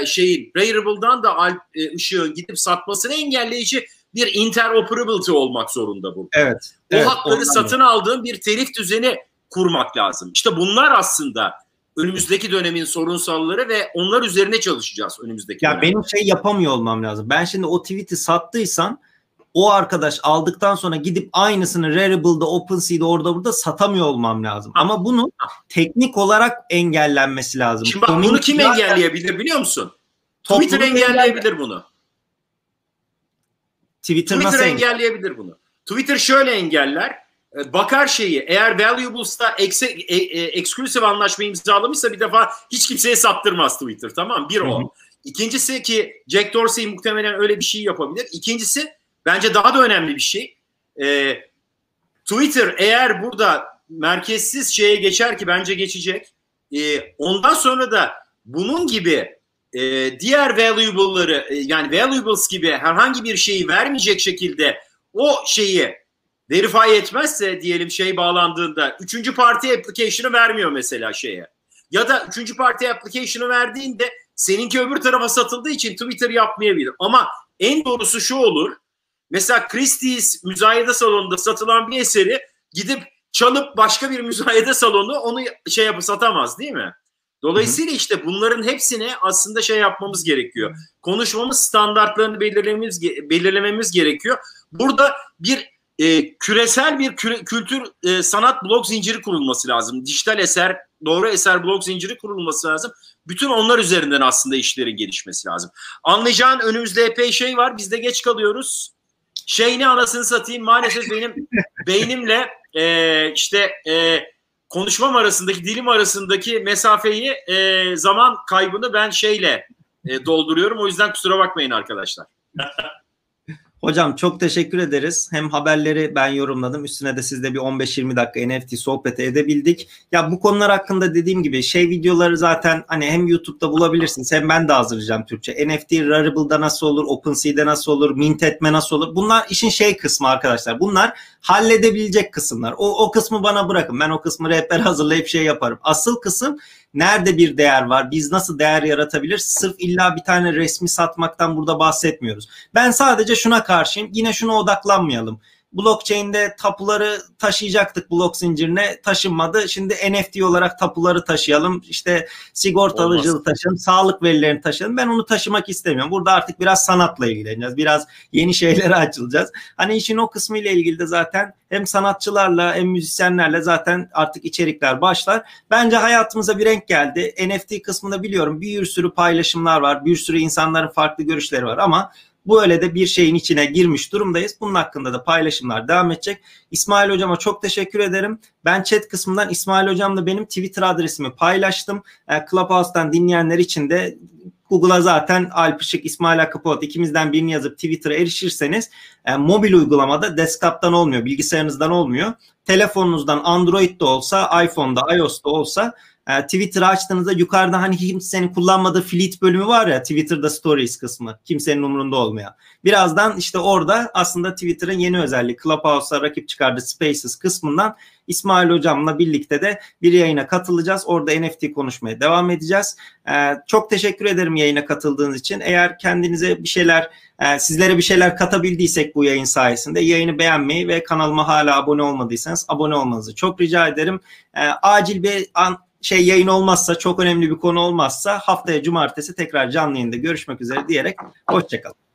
Rarible'dan da ışığın gidip satmasını engelleyici bir interoperability olmak zorunda bu. Evet. O hakları satın aldığın bir telif düzeni kurmak lazım. İşte bunlar aslında önümüzdeki dönemin sorunsalları ve onlar üzerine çalışacağız önümüzdeki dönemde. Benim şey yapamıyor olmam lazım. Ben şimdi o tweet'i sattıysam o arkadaş aldıktan sonra gidip aynısını Rarible'da, OpenSea'de, orada burada satamıyor olmam lazım. Ama bunu teknik olarak engellenmesi lazım. Şimdi bak, bunu kim engelleyebilir biliyor musun? Twitter engelleyebilir bunu. Twitter nasıl engelleyebilir bunu? Twitter şöyle engeller. bakar şeyi, eğer Valuables'ta exclusive anlaşma imzalamışsa bir defa hiç kimseye sattırmaz Twitter, tamam, bir o. İkincisi, ki Jack Dorsey muhtemelen öyle bir şey yapabilir. İkincisi, bence daha da önemli bir şey. Twitter eğer burada merkezsiz şeye geçer, ki bence geçecek. Ondan sonra da bunun gibi diğer valuable'ları, yani valuables gibi herhangi bir şeyi vermeyecek şekilde o şeyi verify etmezse, diyelim şey bağlandığında, üçüncü parti application'ı vermiyor mesela şeye. Ya da üçüncü parti application'ı verdiğinde seninki öbür tarafa satıldığı için Twitter yapmayabilir. Ama en doğrusu şu olur. Mesela Christie's müzayede salonunda satılan bir eseri gidip çalıp başka bir müzayede salonu onu şey yapıp satamaz, değil mi? Dolayısıyla işte bunların hepsini aslında şey yapmamız gerekiyor. Konuşmamız, standartlarını belirlememiz gerekiyor. Burada bir küresel bir kültür sanat blok zinciri kurulması lazım. Dijital eser, doğru eser blok zinciri kurulması lazım. Bütün onlar üzerinden aslında işlerin gelişmesi lazım. Anlayacağın, önümüzde epey şey var. Biz de geç kalıyoruz. Ne anasını satayım, maalesef benim beynimle konuşmam arasındaki, dilim arasındaki mesafeyi, zaman kaybını ben dolduruyorum. O yüzden kusura bakmayın arkadaşlar. Hocam çok teşekkür ederiz. Hem haberleri ben yorumladım. Üstüne de sizde bir 15-20 dakika NFT sohbeti edebildik. Ya bu konular hakkında dediğim gibi videoları zaten hani hem YouTube'da bulabilirsiniz, hem ben de hazırlayacağım Türkçe. NFT Rarible'da nasıl olur, OpenSea'de nasıl olur, mint etme nasıl olur? Bunlar işin kısmı arkadaşlar. Bunlar halledebilecek kısımlar. O kısmı bana bırakın. Ben o kısmı rehber hazırlayıp yaparım. Asıl kısım, nerede bir değer var? Biz nasıl değer yaratabiliriz? Sırf illa bir tane resmi satmaktan burada bahsetmiyoruz. Ben sadece şuna karşıyım. Yine şuna odaklanmayalım. Blockchain'de tapuları taşıyacaktık, blok zincirine taşınmadı. Şimdi NFT olarak tapuları taşıyalım. İşte sigortalıcılığı taşıyalım, sağlık verilerini taşıyalım. Ben onu taşımak istemiyorum. Burada artık biraz sanatla ilgileneceğiz. Biraz yeni şeylere açılacağız. Hani işin o kısmı ile ilgili de zaten hem sanatçılarla hem müzisyenlerle zaten artık içerikler başlar. Bence hayatımıza bir renk geldi. NFT kısmında biliyorum bir sürü paylaşımlar var. Bir sürü insanların farklı görüşleri var ama böyle de bir şeyin içine girmiş durumdayız. Bunun hakkında da paylaşımlar devam edecek. İsmail Hocam'a çok teşekkür ederim. Ben chat kısmından İsmail Hocam'la benim Twitter adresimi paylaştım. Clubhouse'dan dinleyenler için de Google'a zaten Alp Işık, İsmail Hakkı Polat, ikimizden birini yazıp Twitter'a erişirseniz mobil uygulamada desktop'tan olmuyor, bilgisayarınızdan olmuyor. Telefonunuzdan Android'de olsa, iPhone'da, iOS'ta olsa Twitter'ı açtığınızda yukarıda hani kimsenin kullanmadığı Fleet bölümü var ya, Twitter'da Stories kısmı, kimsenin umurunda olmayan. Birazdan işte orada aslında Twitter'ın yeni özelliği, Clubhouse'a rakip çıkardığı Spaces kısmından İsmail Hocam'la birlikte de bir yayına katılacağız. Orada NFT konuşmaya devam edeceğiz. Çok teşekkür ederim yayına katıldığınız için. Eğer kendinize bir şeyler, sizlere bir şeyler katabildiysek bu yayın sayesinde, yayını beğenmeyi ve kanalıma hala abone olmadıysanız abone olmanızı çok rica ederim. Acil bir yayın olmazsa, çok önemli bir konu olmazsa haftaya cumartesi tekrar canlı yayında görüşmek üzere diyerek hoşçakalın.